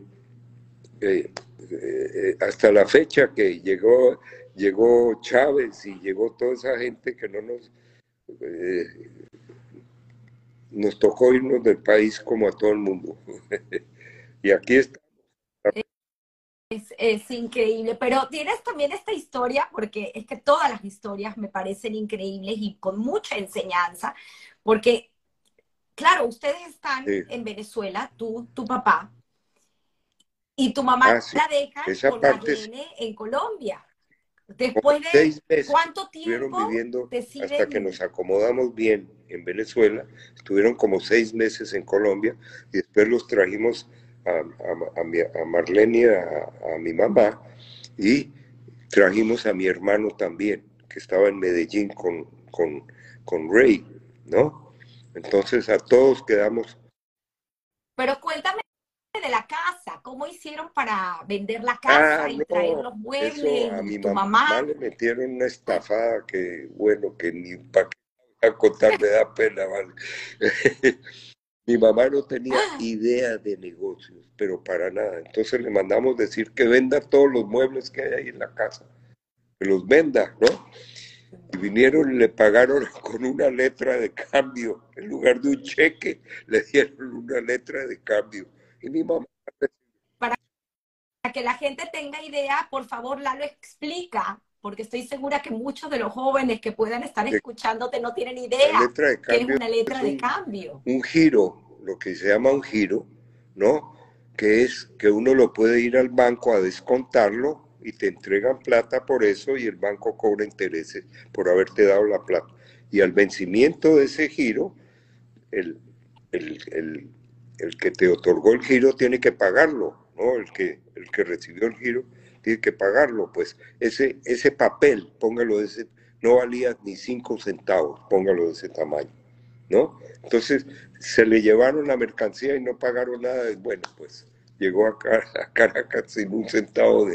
hasta la fecha que llegó Chávez y llegó toda esa gente que no eh, nos tocó irnos del país como a todo el mundo. Y aquí está. Es increíble, pero tienes también esta historia, porque es que todas las historias me parecen increíbles y con mucha enseñanza, porque, claro, ustedes están Sí. en Venezuela, tú, tu papá, y tu mamá Sí. la dejan Esa con parte sí, Marlene en Colombia. como Después de 6 meses cuánto estuvieron tiempo viviendo hasta que deciden, nos acomodamos bien en Venezuela. Estuvieron como 6 meses en Colombia y después los trajimos a Marlene, a mi mamá, y trajimos a mi hermano también, que estaba en Medellín con Ray, ¿no? Entonces a todos quedamos. pero cuéntame de la casa, ¿cómo hicieron para vender la casa y traer No, los muebles eso a y mi tu mamá mamá? le metieron una estafada que, bueno, que ni para qué contar me da pena, ¿vale? Mi mamá no tenía idea de negocios, pero para nada. Entonces le mandamos decir que venda todos los muebles que hay ahí en la casa, que los venda, ¿no? Y vinieron y le pagaron con una letra de cambio. En lugar de un cheque, le dieron una letra de cambio. Y mi mamá... Para que la gente tenga idea, por favor, Lalo explica, porque estoy segura que muchos de los jóvenes que puedan estar escuchándote no tienen La idea letra de qué es cambio una es letra de cambio. un giro, lo que se llama un giro, ¿no? Que es que uno lo puede ir al banco a descontarlo y te entregan plata por eso y el banco cobra intereses por haberte dado la plata. Y al vencimiento de ese giro, el, el, el, el que te otorgó el giro tiene que pagarlo, ¿no? El que recibió el giro tiene que pagarlo. Pues ese papel, póngalo de ese, no valía ni 5 centavos, póngalo de ese tamaño, ¿no? Entonces se le llevaron la mercancía y no pagaron nada. Bueno, pues llegó a Caracas sin un centavo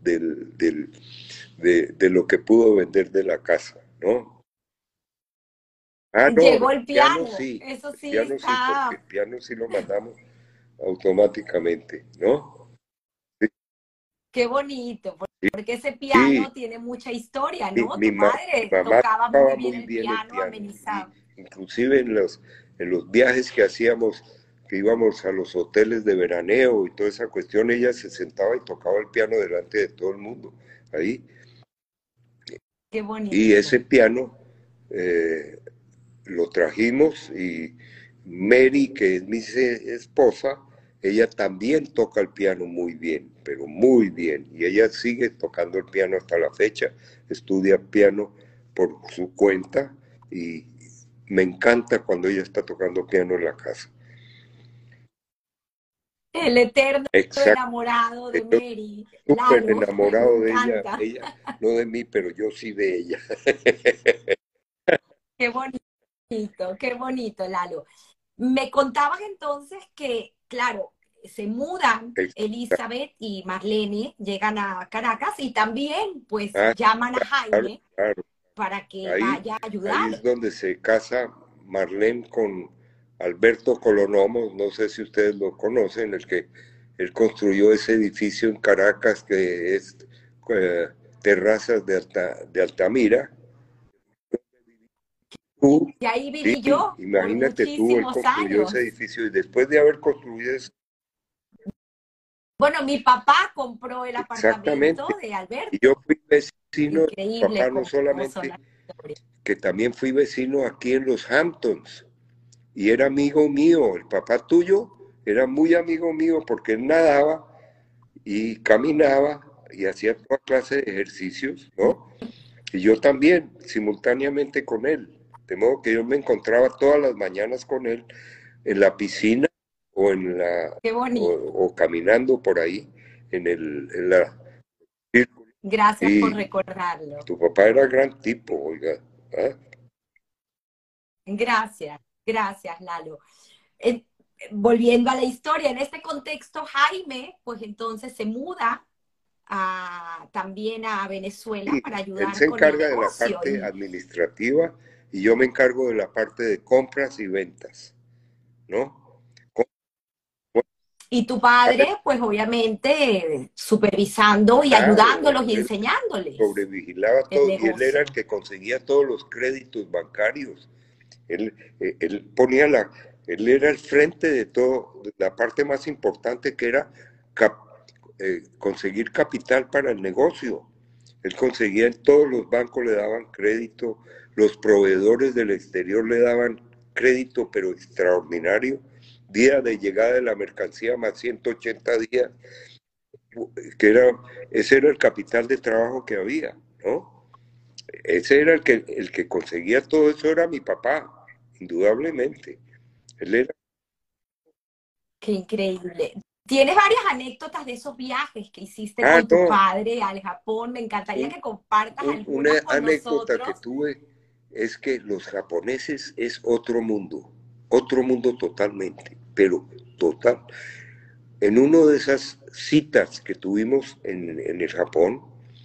de lo que pudo vender de la casa, ¿no? Ah, no, Llegó el piano, eso el sí piano sí, porque el está, piano sí lo mandamos automáticamente, ¿no? qué bonito, Sí, porque ese sí, piano tiene mucha historia, mi, ¿no? mi Tu ma- mi padre mamá tocaba tocaba muy bien muy el bien el piano, piano y amenizaba. inclusive en los viajes que hacíamos, que íbamos a los hoteles de veraneo y toda esa cuestión, ella se sentaba y tocaba el piano delante de todo el mundo, ahí. Qué Y ese bonito. piano eh, lo trajimos y Mary, que es mi esposa, ella también toca el piano muy bien, pero muy bien. Y ella sigue tocando el piano hasta la fecha, estudia piano por su cuenta y me encanta cuando ella está tocando piano en la casa. El eterno Exacto, enamorado de estoy Mary, súper Lalo, me enamorado de encanta. ella, no de mí, pero yo sí de ella. Qué qué bonito, Lalo. Me contabas entonces que, claro, se mudan Elizabeth y Marlene, llegan a Caracas y también pues Ah, llaman a claro, Jaime claro. para que Ahí, vaya a ahí es ayudar. donde se casa Marlene con Alberto Colonomos, no sé si ustedes lo conocen, el que él construyó ese edificio en Caracas que es eh, Terrazas de Altamira. Tú, Y ahí sí, viví yo por imagínate tú, él muchísimos construyó ese años. edificio y después de haber construido eso, Bueno, mi papá compró el apartamento exactamente, de y yo Alberto. fui vecino de mi Increíble papá, no cómo son solamente, las historias. que también fui vecino aquí en los Hamptons. Y era amigo mío, el papá tuyo era muy amigo mío porque él nadaba y caminaba y hacía toda clase de ejercicios, ¿no? Y yo también, simultáneamente con él. De modo que yo me encontraba todas las mañanas con él en la piscina o Qué bonito. o caminando por ahí en la Gracias por y recordarlo. tu papá era gran tipo, oiga. ¿Ah? Gracias, gracias, Lalo. Eh, Volviendo a la historia, en este contexto, Jaime, pues entonces se muda también a Venezuela Y para él ayudar se con el encarga de la negocio. parte administrativa y yo me encargo de la parte de compras y ventas, ¿no? Com- Y tu padre, pues obviamente, supervisando y ayudándolos Claro, y él enseñándoles sobrevigilaba el todo y él era negocio. el que conseguía todos los créditos bancarios. Él ponía él era el frente de todo, de la parte más importante que era cap- conseguir capital para el negocio. Él conseguía en todos los bancos, le daban crédito, los proveedores del exterior le daban crédito, pero extraordinario. Día de llegada de la mercancía más 180 días, que ese era el capital de trabajo que había, ¿no? Ese era el que conseguía todo eso, era mi papá, indudablemente. Él era Qué increíble. ¿Tienes varias anécdotas de esos viajes que hiciste Ah, con tu no, padre al Japón? Me encantaría que compartas una algunas con anécdota que nosotros. tuve es que los japoneses es otro mundo totalmente, pero total. En una de esas citas que tuvimos en el Japón,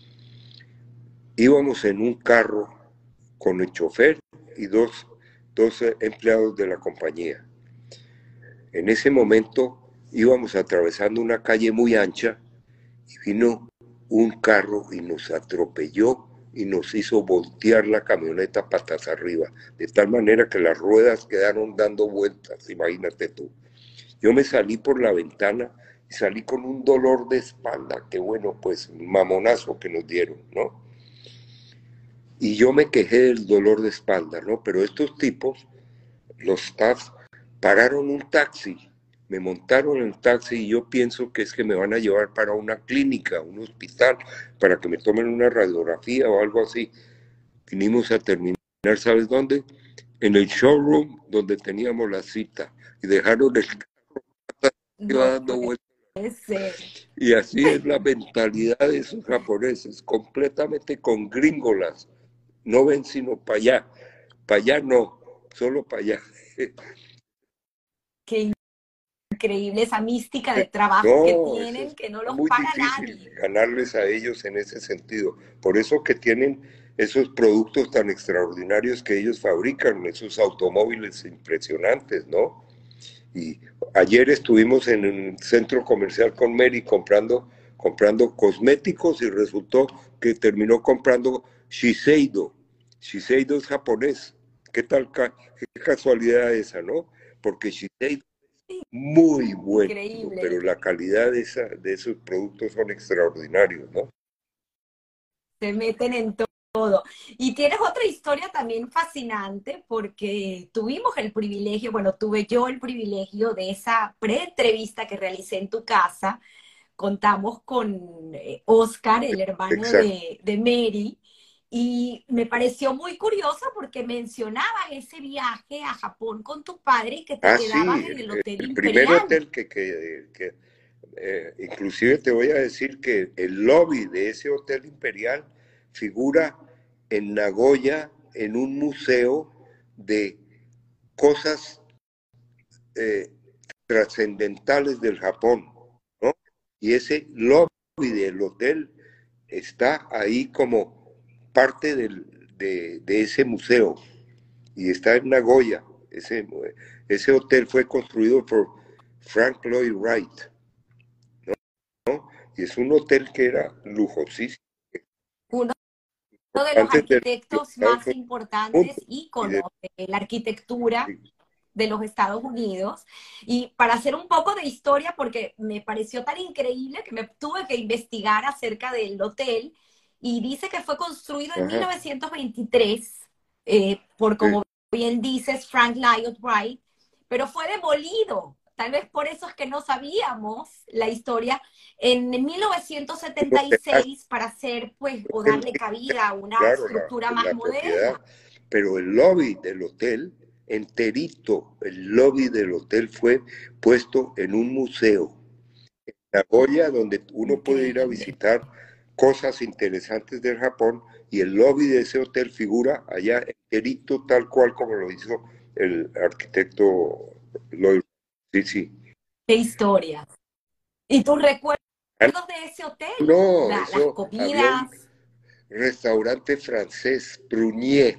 íbamos en un carro con el chofer y dos empleados de la compañía. En ese momento íbamos atravesando una calle muy ancha y vino un carro y nos atropelló y nos hizo voltear la camioneta patas arriba, de tal manera que las ruedas quedaron dando vueltas, imagínate tú. Yo me salí por la ventana y salí con un dolor de espalda, que bueno, pues un mamonazo que nos dieron, ¿no? Y yo me quejé del dolor de espalda, ¿no? Pero estos tipos, los staffs, pagaron un taxi, me montaron en el taxi y yo pienso que es que me van a llevar para una clínica, un hospital, para que me tomen una radiografía o algo así. Vinimos a terminar, ¿sabes dónde? En el showroom donde teníamos la cita y dejaron el carro iba No dando vueltas. puede ser. Y así es la mentalidad de esos japoneses, completamente con gringolas. No ven sino para allá no, solo para allá. Qué increíble esa mística de trabajo que No, eso tienen, es que no los muy para difícil nadie. ganarles a ellos en ese sentido. Por eso que tienen esos productos tan extraordinarios que ellos fabrican, esos automóviles impresionantes, ¿no? Y ayer estuvimos en un centro comercial con Mary comprando cosméticos y resultó que terminó comprando Shiseido. Shiseido es japonés. ¿Qué tal? Qué casualidad esa, ¿no? Porque Shiseido muy bueno, Increíble. pero la calidad de esos productos son extraordinarios, ¿no? Se meten en todo. Y tienes otra historia también fascinante porque tuvimos el privilegio, bueno, tuve yo el privilegio de esa pre-entrevista que realicé en tu casa. Contamos con Oscar, el hermano Exacto. de Mary, y me pareció muy curioso porque mencionabas ese viaje a Japón con tu padre y que te Ah, quedabas sí, en el Hotel el primer Imperial. hotel inclusive te voy a decir que el lobby de ese Hotel Imperial figura en Nagoya en un museo de cosas eh, trascendentales del Japón, ¿no? Y ese lobby del hotel está ahí como parte de ese museo y está en Nagoya. Ese hotel fue construido por Frank Lloyd Wright, ¿no? Y es un hotel que era lujosísimo Uno de los antes de los arquitectos Estados más Unidos importantes, juntos y íconos de la arquitectura de los Estados Unidos. Y para hacer un poco de historia, porque me pareció tan increíble que me tuve que investigar acerca del hotel, y dice que fue construido en ajá, 1923 por, sí, como bien dices, Frank Lloyd Wright, pero fue demolido. Tal vez por eso es que no sabíamos la historia en los demás 1976 para hacer, pues, o hotel, darle cabida a una claro, estructura más la propiedad, moderna. pero el lobby del hotel, enterito, el lobby del hotel fue puesto en un museo, Nagoya, donde uno puede ir a Increíble. visitar cosas interesantes del Japón y el lobby de ese hotel figura allá enterito tal cual como lo hizo el arquitecto Lloyd. Sí, sí. Qué historias. ¿Y tus recuerdos Ah, de ese hotel? no, Las eso había un comidas. restaurante francés, Prunier,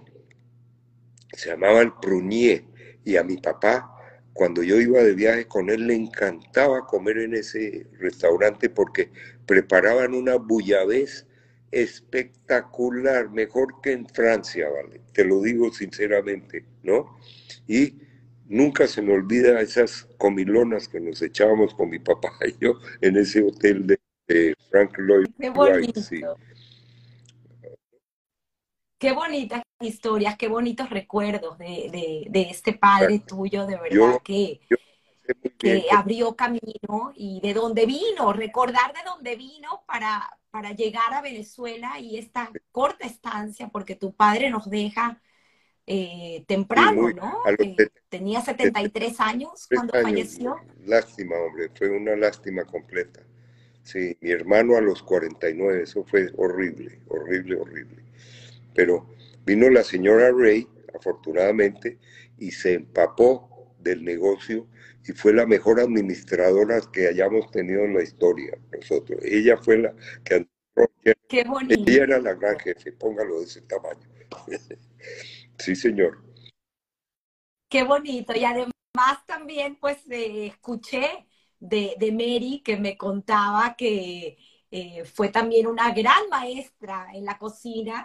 se llamaba el Prunier, y a mi papá, cuando yo iba de viaje con él, le encantaba comer en ese restaurante porque preparaban una bouillabaisse espectacular, mejor que en Francia, ¿vale? Te lo digo sinceramente, ¿no? Y nunca se me olvida esas comilonas que nos echábamos con mi papá y yo en ese hotel de Frank Lloyd Qué Wright, sí. bonito. Qué bonitas historias, qué bonitos recuerdos de este padre Exacto. tuyo, de Yo, verdad, yo sé muy bien que abrió camino y de dónde vino, recordar de dónde vino para llegar a Venezuela y esta corta estancia, porque tu padre nos deja sí, temprano, muy, ¿no? a los Tenía 73 73 años cuando años, falleció. lástima, hombre, fue una lástima completa. Sí, mi hermano a los 49, eso fue horrible, horrible, horrible. Pero vino la señora Ray, afortunadamente, y se empapó del negocio y fue la mejor administradora que hayamos tenido en la historia nosotros. Ella fue la que administró, Qué ella bonito. era la gran jefe, póngalo de ese tamaño. Sí, señor. Qué bonito. Y además también, pues, escuché de Mary que me contaba que fue también una gran maestra en la cocina,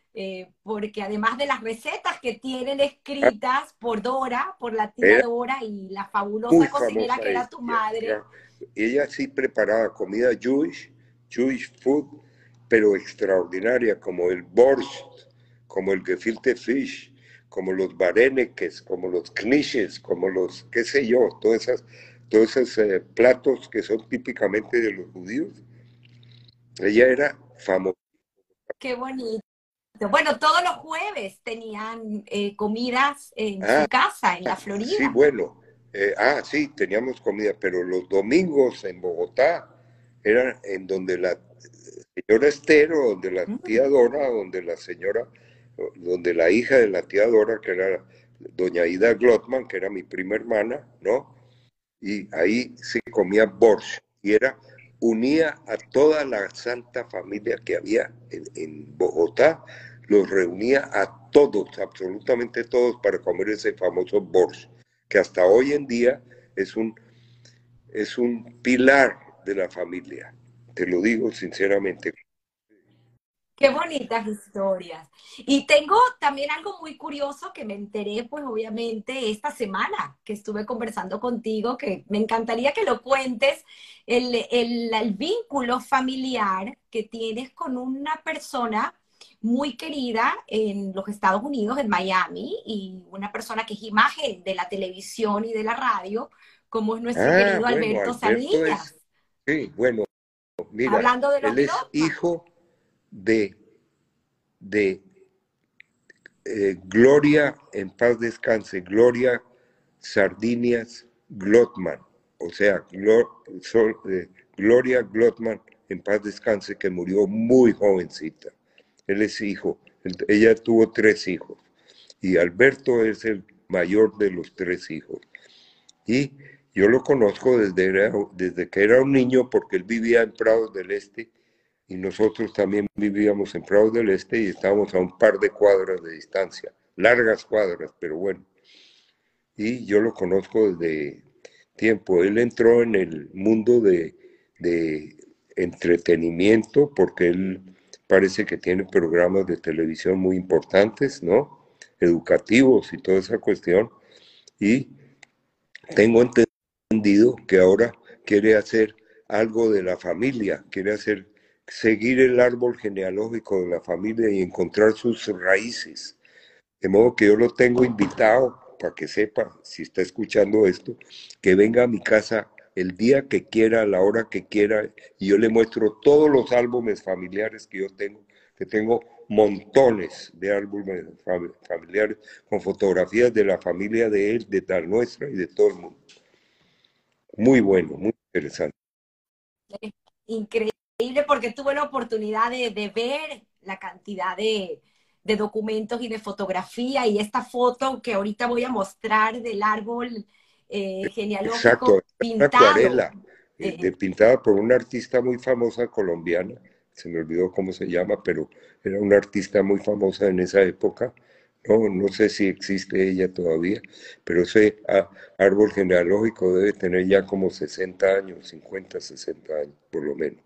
porque además de las recetas que tienen Ah, escritas por Dora, por la tía era Dora y la muy fabulosa cocinera famosa que era tu madre. ella sí preparaba comida Jewish food, pero extraordinaria, como el borscht, como el gefilte fish, como los varenekes, como los knishes, como los, qué sé yo, todos esos platos que son típicamente de los judíos. Ella era famosa. Qué bonito. Bueno, todos los jueves tenían comidas en Ah, su casa, en la sí, Florida. bueno, sí, teníamos comida, pero los domingos en Bogotá eran en donde la señora Esther, o donde la Mm. tía Dora, donde la señora, donde la hija de la tía Dora, que era doña Ida Glotman, que era mi prima hermana, ¿no? Y ahí se comía borscht, y unía a toda la santa familia que había en Bogotá, los reunía a todos, absolutamente todos, para comer ese famoso borscht, que hasta hoy en día es es un pilar de la familia, te lo digo sinceramente. Qué bonitas historias. Y tengo también algo muy curioso que me enteré, pues obviamente, esta semana que estuve conversando contigo, que me encantaría que lo cuentes, el vínculo familiar que tienes con una persona muy querida en los Estados Unidos, en Miami, y una persona que es imagen de la televisión y de la radio, como es nuestro Ah, querido bueno, Alberto Alberto Sardillas, es, sí, bueno, mira, hablando de los él es Glotman. hijo de, de Gloria, en paz descanse, Gloria Sardinias Glotman, o sea, Gloria Glotman, en paz descanse, que murió muy jovencita. Él es hijo, ella tuvo tres hijos, y Alberto es el mayor de los tres hijos. Y yo lo conozco desde que era un niño, porque él vivía en Prados del Este, y nosotros también vivíamos en Prados del Este y estábamos a un par de cuadras de distancia, largas cuadras, pero bueno. Y yo lo conozco desde tiempo. Él entró en el mundo de entretenimiento porque él parece que tiene programas de televisión muy importantes, ¿no? Educativos y toda esa cuestión. Y tengo entendido que ahora quiere hacer algo de la familia, seguir el árbol genealógico de la familia y encontrar sus raíces. De modo que yo lo tengo invitado para que sepa, si está escuchando esto, que venga a mi casa el día que quiera, a la hora que quiera, y yo le muestro todos los álbumes familiares que tengo montones de álbumes familiares con fotografías de la familia de él, de la nuestra y de todo el mundo. Muy bueno, muy interesante. Increíble porque tuve la oportunidad de ver la cantidad de documentos y de fotografía y esta foto que ahorita voy a mostrar del árbol Exacto, genealógico una pintado. acuarela Eh, pintada por una artista muy famosa colombiana, se me olvidó cómo se llama, pero era una artista muy famosa en esa época. No, no sé si existe ella todavía, pero ese árbol genealógico debe tener ya como 60 años, 50, 60 años, por lo menos.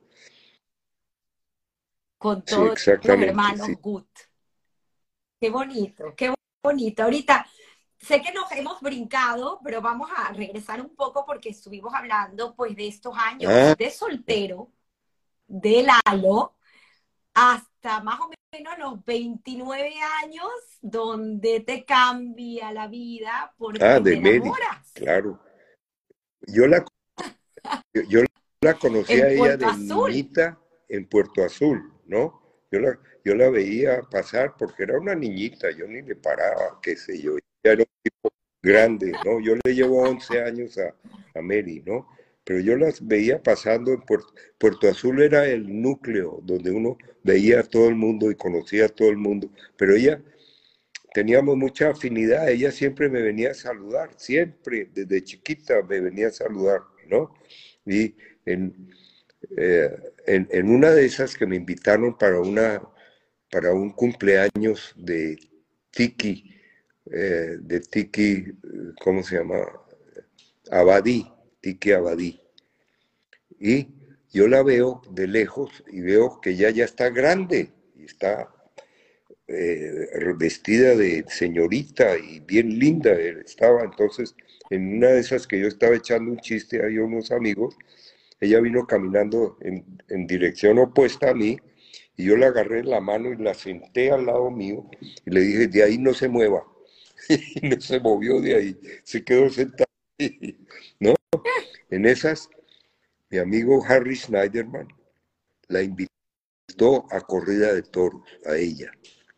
con Sí, todos los exactamente, sí. hermanos Gut. Qué bonito, qué bonito. Ahorita sé que nos hemos brincado, pero vamos a regresar un poco porque estuvimos hablando pues de estos años Ah, de soltero, de Lalo, hasta más o menos los 29 años, donde te cambia la vida porque de te Mary, enamoras claro. Yo la yo la conocí en a ella Puerto de Azul. niñita en Puerto Azul, ¿no? Yo la veía pasar porque era una niñita, yo ni le paraba, qué sé yo, ya era un tipo grande, ¿no? Yo le llevo 11 años a Mary, ¿no? Pero yo las veía pasando en Puerto Azul, era el núcleo donde uno veía a todo el mundo y conocía a todo el mundo, pero ella, teníamos mucha afinidad, ella siempre me venía a saludar, siempre, desde chiquita me venía a saludar, ¿no? Y en, eh, en una de esas que me invitaron para un cumpleaños Tiki, de Tiki, ¿cómo se llama? Abadí, Tiki Abadí. Y yo la veo de lejos y veo que ella ya está grande y está vestida de señorita y bien linda estaba. Entonces, en una de esas que yo estaba echando un chiste, había unos amigos, ella vino caminando en dirección opuesta a mí y yo la agarré en la mano y la senté al lado mío y le dije, de ahí no se mueva. Y no se movió de ahí, se quedó sentado ahí, ¿no? En esas, mi amigo Harry Schneiderman la invitó a corrida de toros, a ella.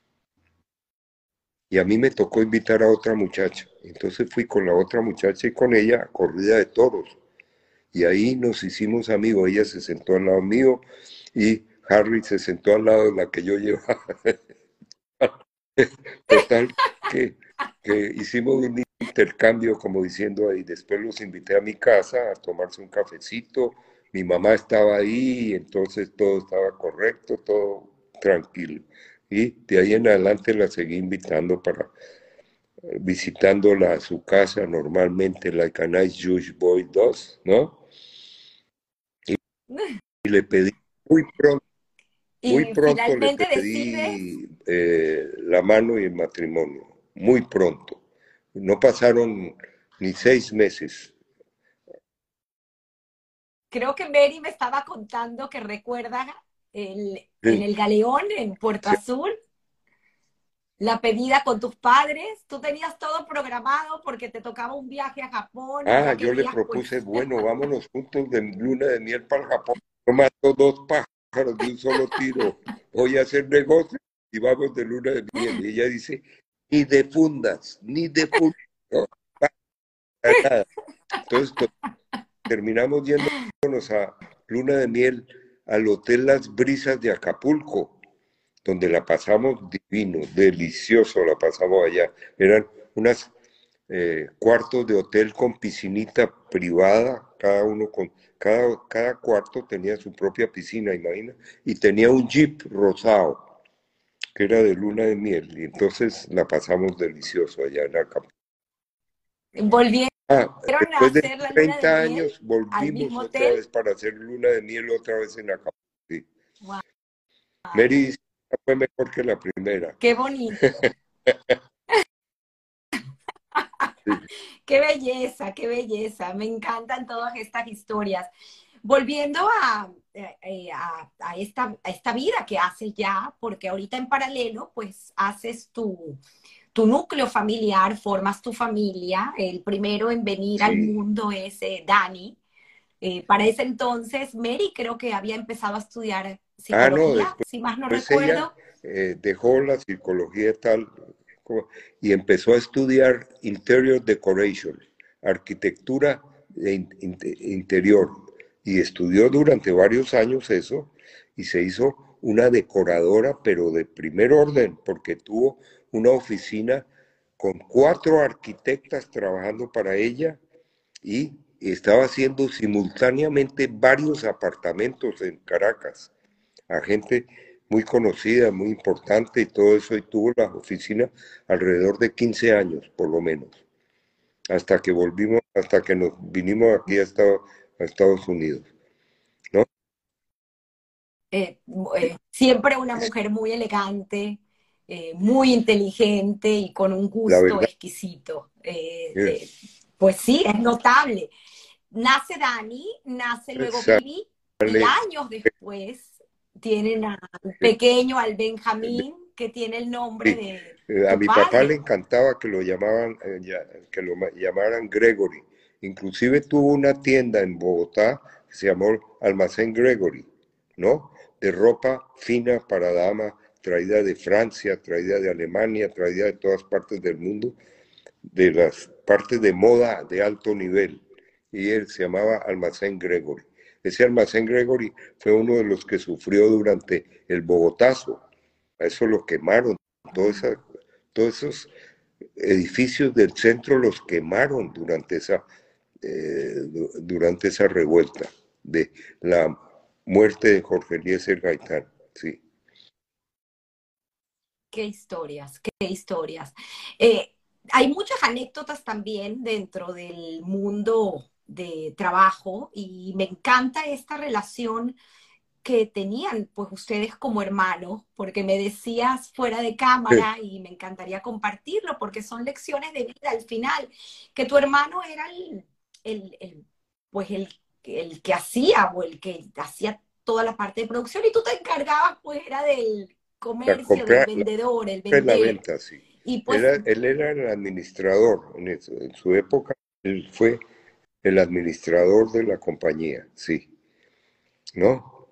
Y a mí me tocó invitar a otra muchacha. Entonces fui con la otra muchacha y con ella a corrida de toros. Y ahí nos hicimos amigos. Ella se sentó al lado mío y Harry se sentó al lado de la que yo llevaba. Total, que, que hicimos un intercambio, como diciendo ahí. Después los invité a mi casa a tomarse un cafecito. Mi mamá estaba ahí, y entonces todo estaba correcto, todo tranquilo. Y de ahí en adelante la seguí invitando para visitándola a su casa normalmente, like a nice Jewish boy does, ¿no? Y le pedí muy Y pronto le finalmente decides, pedí la mano y el matrimonio, muy pronto. No pasaron ni 6 meses. creo que Mary me estaba contando que recuerda en el Galeón, en Puerto Sí. Azul, la pedida con tus padres. Tú tenías todo programado porque te tocaba un viaje a Japón y Ah, ya yo le querías, propuse, pues, bueno, vámonos juntos de luna de miel para el Japón. Yo mato dos pájaros de un solo tiro. Voy a hacer negocio y vamos de luna de miel. Y ella dice, ni de fundas, ni de fundas. No, para nada. Entonces terminamos yéndonos a luna de miel al Hotel Las Brisas de Acapulco, donde la pasamos divino, delicioso la pasamos allá. Eran unas cuartos de hotel con piscinita privada, cada cuarto tenía su propia piscina, imagina, y tenía un jeep rosado, que era de luna de miel, y entonces la pasamos delicioso allá en Acapulco. volvieron Ah, a después de hacer la luna de 30 miel años al volvimos mismo otra hotel. vez para hacer luna de miel otra vez en Acapulco. Sí. Wow, Mary fue mejor que la primera. qué bonito. Sí. Qué belleza, qué belleza. Me encantan todas estas historias. Volviendo a esta vida que haces ya, porque ahorita en paralelo, pues haces tu núcleo familiar, formas tu familia. El primero en venir al Sí. mundo es Dani. Para ese entonces, Mary creo que había empezado a estudiar Ah, no, psicología, si más no después ella recuerdo. dejó la psicología y tal y empezó a estudiar interior decoration, arquitectura interior, y estudió durante varios años eso y se hizo una decoradora, pero de primer orden, porque tuvo una oficina con 4 arquitectas trabajando para ella y estaba haciendo simultáneamente varios apartamentos en Caracas a gente muy conocida, muy importante y todo eso, y tuvo la oficina alrededor de 15 años, por lo menos, hasta que volvimos, hasta que nos vinimos aquí a Estados Unidos, ¿no? eh, Siempre una mujer muy elegante, muy inteligente y con un La gusto verdad, exquisito. es, Pues sí, es notable. Nace Dani, nace luego sale, Vivi y años después tienen al eh, pequeño, al Benjamín, que tiene el nombre sí. de A tu mi papá le padre. encantaba que lo llamaban, llamaran Gregory. Inclusive tuvo una tienda en Bogotá que se llamó Almacén Gregory, ¿no? De ropa fina para dama, traída de Francia, traída de Alemania, traída de todas partes del mundo, de las partes de moda de alto nivel. Y él se llamaba Almacén Gregory. Ese Almacén Gregory fue uno de los que sufrió durante el Bogotazo. A eso lo quemaron, todos esos edificios del centro los quemaron durante esa revuelta de la muerte de Jorge Eliezer Gaitán. Sí. Qué historias, qué historias. Eh, Hay muchas anécdotas también dentro del mundo de trabajo y me encanta esta relación que tenían pues ustedes como hermanos, porque me decías fuera de cámara y me encantaría compartirlo, porque son lecciones de vida al final, que tu hermano era el, pues el que hacía o el que hacía toda la parte de producción y tú te encargabas pues era del La comercio, del comprar, vendedor, el la vender. venta, sí. Y pues Él era el administrador en eso. En su época, él fue el administrador de la compañía, sí, ¿no?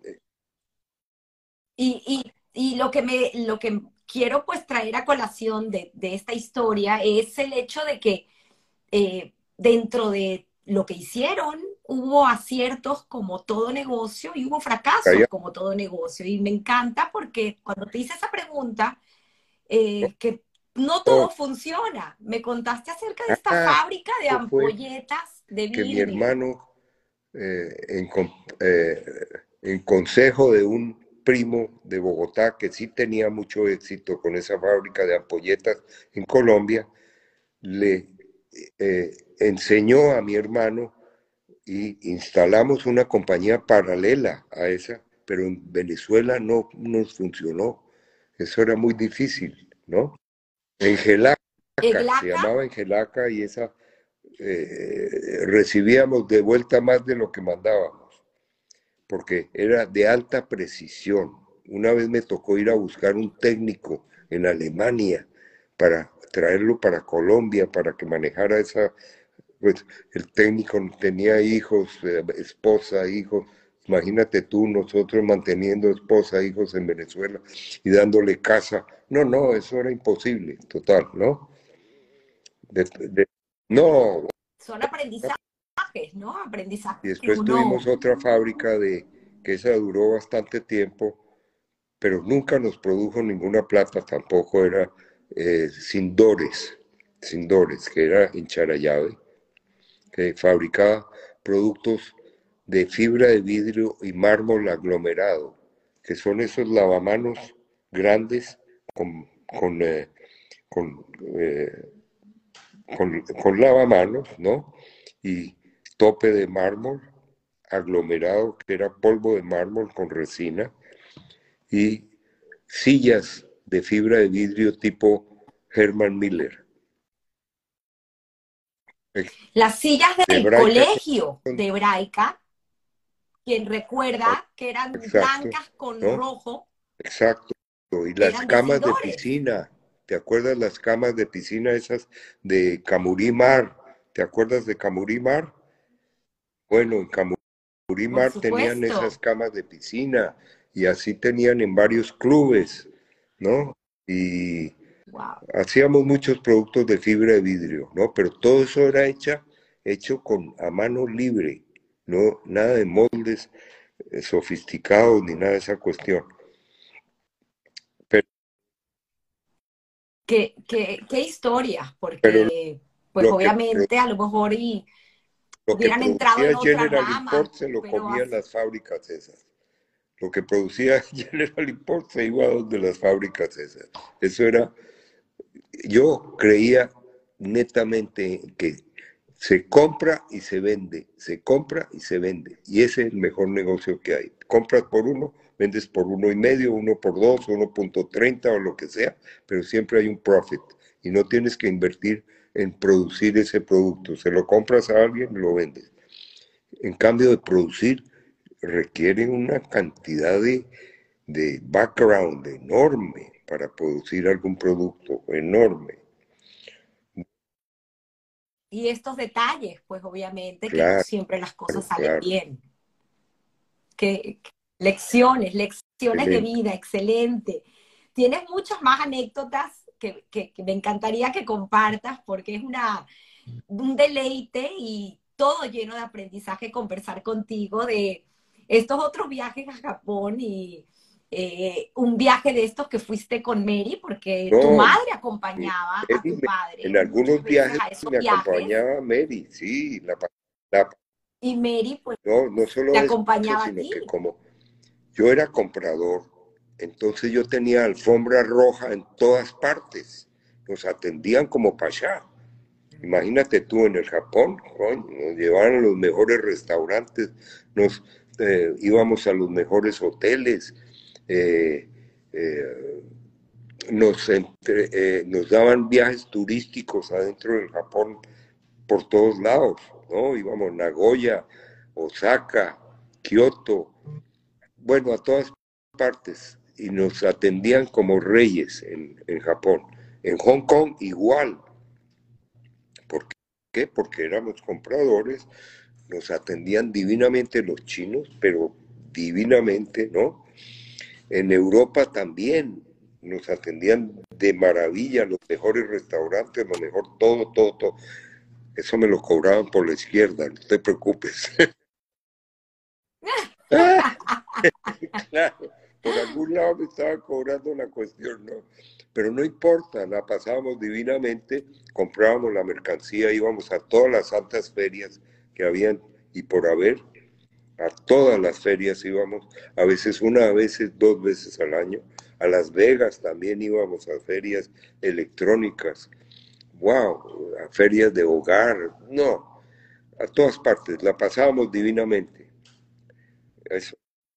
y lo que quiero pues traer a colación de esta historia es el hecho de que dentro de lo que hicieron hubo aciertos como todo negocio y hubo fracasos Calla- como todo negocio. Y me encanta porque cuando te hice esa pregunta, que no todo no, funciona, me contaste acerca de esta ah, fábrica de eso fue ampolletas de que mi vidrio. hermano, eh, en, con- eh, en consejo de un primo de Bogotá que sí tenía mucho éxito con esa fábrica de ampolletas en Colombia, le enseñó a mi hermano y instalamos una compañía paralela a esa, pero en Venezuela no nos funcionó. Eso era muy difícil, ¿no? Engelaca, se Eglaca, llamaba Engelaca y esa recibíamos de vuelta más de lo que mandábamos, porque era de alta precisión. Una vez me tocó ir a buscar un técnico en Alemania para traerlo para Colombia, para que manejara esa, pues el técnico tenía hijos, esposa, hijos. Imagínate tú, nosotros manteniendo esposa, hijos en Venezuela y dándole casa. No, no, eso era imposible, total, ¿no? No, son aprendizajes, ¿no? y Aprendizajes que después tuvimos uno otra fábrica que esa duró bastante tiempo, pero nunca nos produjo ninguna plata, tampoco era Sin Dores, que era en Charallave, que fabricaba productos de fibra de vidrio y mármol aglomerado, que son esos lavamanos grandes con, con, eh, con, eh, con lavamanos, ¿no? Y tope de mármol aglomerado, que era polvo de mármol con resina, y sillas de fibra de vidrio tipo Herman Miller, las sillas del hebraica, colegio de Hebraica, quien recuerda que eran exacto, blancas con ¿no? rojo, Exacto. Y las eran de camas de Sindores, piscina, ¿te acuerdas las camas de piscina esas de Camurí-Mar? ¿Te acuerdas de Camurí-Mar? Bueno, en por Camurí-Mar tenían esas supuesto. camas de piscina y así tenían en varios clubes, ¿no? Y Wow. hacíamos muchos productos de fibra de vidrio, ¿no? Pero todo eso era hecho a mano libre, no nada de moldes sofisticados ni nada de esa cuestión. Pero, Qué historias, pero porque pues lo que, obviamente a lo mejor y lo que hubieran entrado producía en otra General rama, Import se lo pero comían las fábricas esas. Lo que producía General Import se iba a donde las fábricas esas. Eso era, yo creía netamente que se compra y se vende, se compra y se vende. Y ese es el mejor negocio que hay. Compras por uno, vendes por 1,5, 1 por 2, 1,30 o lo que sea, pero siempre hay un profit. Y no tienes que invertir en producir ese producto. Se lo compras a alguien y lo vendes. En cambio de producir, requiere una cantidad de background enorme para producir algún producto enorme. y estos detalles, pues obviamente que no Claro, siempre las cosas salen claro. bien. Que lecciones de Excelente. vida, excelente. Tienes muchas más anécdotas que me encantaría que compartas porque es un deleite y todo lleno de aprendizaje conversar contigo de estos otros viajes a Japón y un viaje de estos que fuiste con Mary, porque tu No, madre acompañaba a Mary tu padre en muchas algunos veces viajes a esos me viajes acompañaba Mary, sí, la- y Mary pues no, no te solo eso, acompañaba a sino que ti. como yo era comprador, entonces yo tenía alfombra roja en todas partes, nos atendían como pasha. Imagínate tú en el Japón, coño, nos llevaban a los mejores restaurantes, nos íbamos a los mejores hoteles, eh, eh, nos daban viajes turísticos adentro del Japón por todos lados, ¿no? Íbamos a Nagoya, Osaka, Kioto, bueno, a todas partes, y nos atendían como reyes en Japón. En Hong Kong igual. ¿Por qué? Porque éramos compradores, nos atendían divinamente los chinos, pero divinamente, ¿no? En Europa también nos atendían de maravilla, los mejores restaurantes, lo mejor, todo, todo, todo. Eso me lo cobraban por la izquierda, no te preocupes. Claro, por algún lado me estaba cobrando la cuestión, ¿no? Pero no importa, la pasábamos divinamente, comprábamos la mercancía, íbamos a todas las altas ferias que habían y por haber, a todas las ferias íbamos, a veces una, a veces dos veces al año. A Las Vegas también íbamos a ferias electrónicas, wow, a ferias de hogar, no, a todas partes, la pasábamos divinamente. Eso.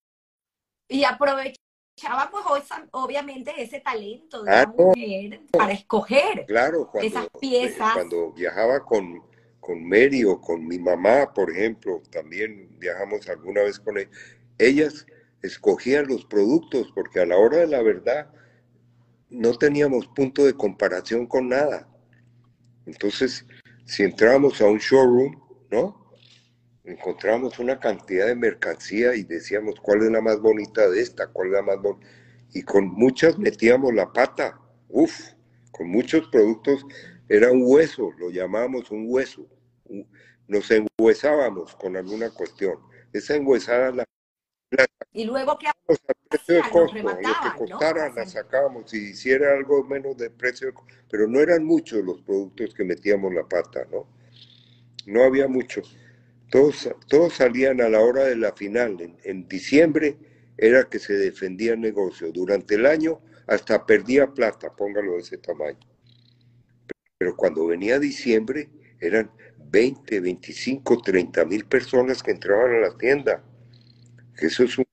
Y aprovechaba pues obviamente ese talento de Ah, la no, mujer para escoger claro, esas piezas. cuando viajaba con Mary o con mi mamá, por ejemplo, también viajamos alguna vez con ellas escogían los productos porque a la hora de la verdad no teníamos punto de comparación con nada. Entonces, si entrábamos a un showroom, ¿no? Encontrábamos una cantidad de mercancía y decíamos cuál es la más bonita de esta, cuál es la más bonita. Y con muchas metíamos la pata, uff, con muchos productos era un hueso, lo llamábamos un hueso. Nos enhuesábamos con alguna cuestión. Esa enhuesada la Y luego, ¿qué sacábamos al precio de hacían? Los costo, lo que remataban, ¿no? costara la sacábamos, si hiciera algo menos de precio, pero no eran muchos los productos que metíamos la pata, ¿no? No había muchos. Todos salían a la hora de la final. En diciembre era que se defendía el negocio. Durante el año hasta perdía plata, póngalo de ese tamaño. Pero cuando venía diciembre eran 20, 25, 30,000 personas que entraban a la tienda. Eso es un...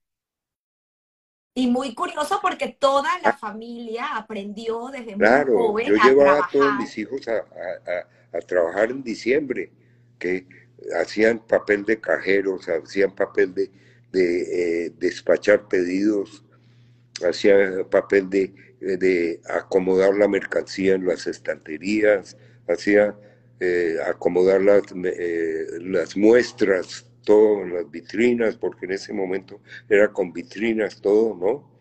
Y muy curioso porque toda la familia aprendió desde muy Claro, joven yo a llevaba a todos trabajar. mis hijos a trabajar en diciembre, que hacían papel de cajeros, hacían papel de despachar pedidos, hacía papel de acomodar la mercancía en las estanterías, hacía acomodar las muestras, todo en las vitrinas, porque en ese momento era con vitrinas todo, ¿no?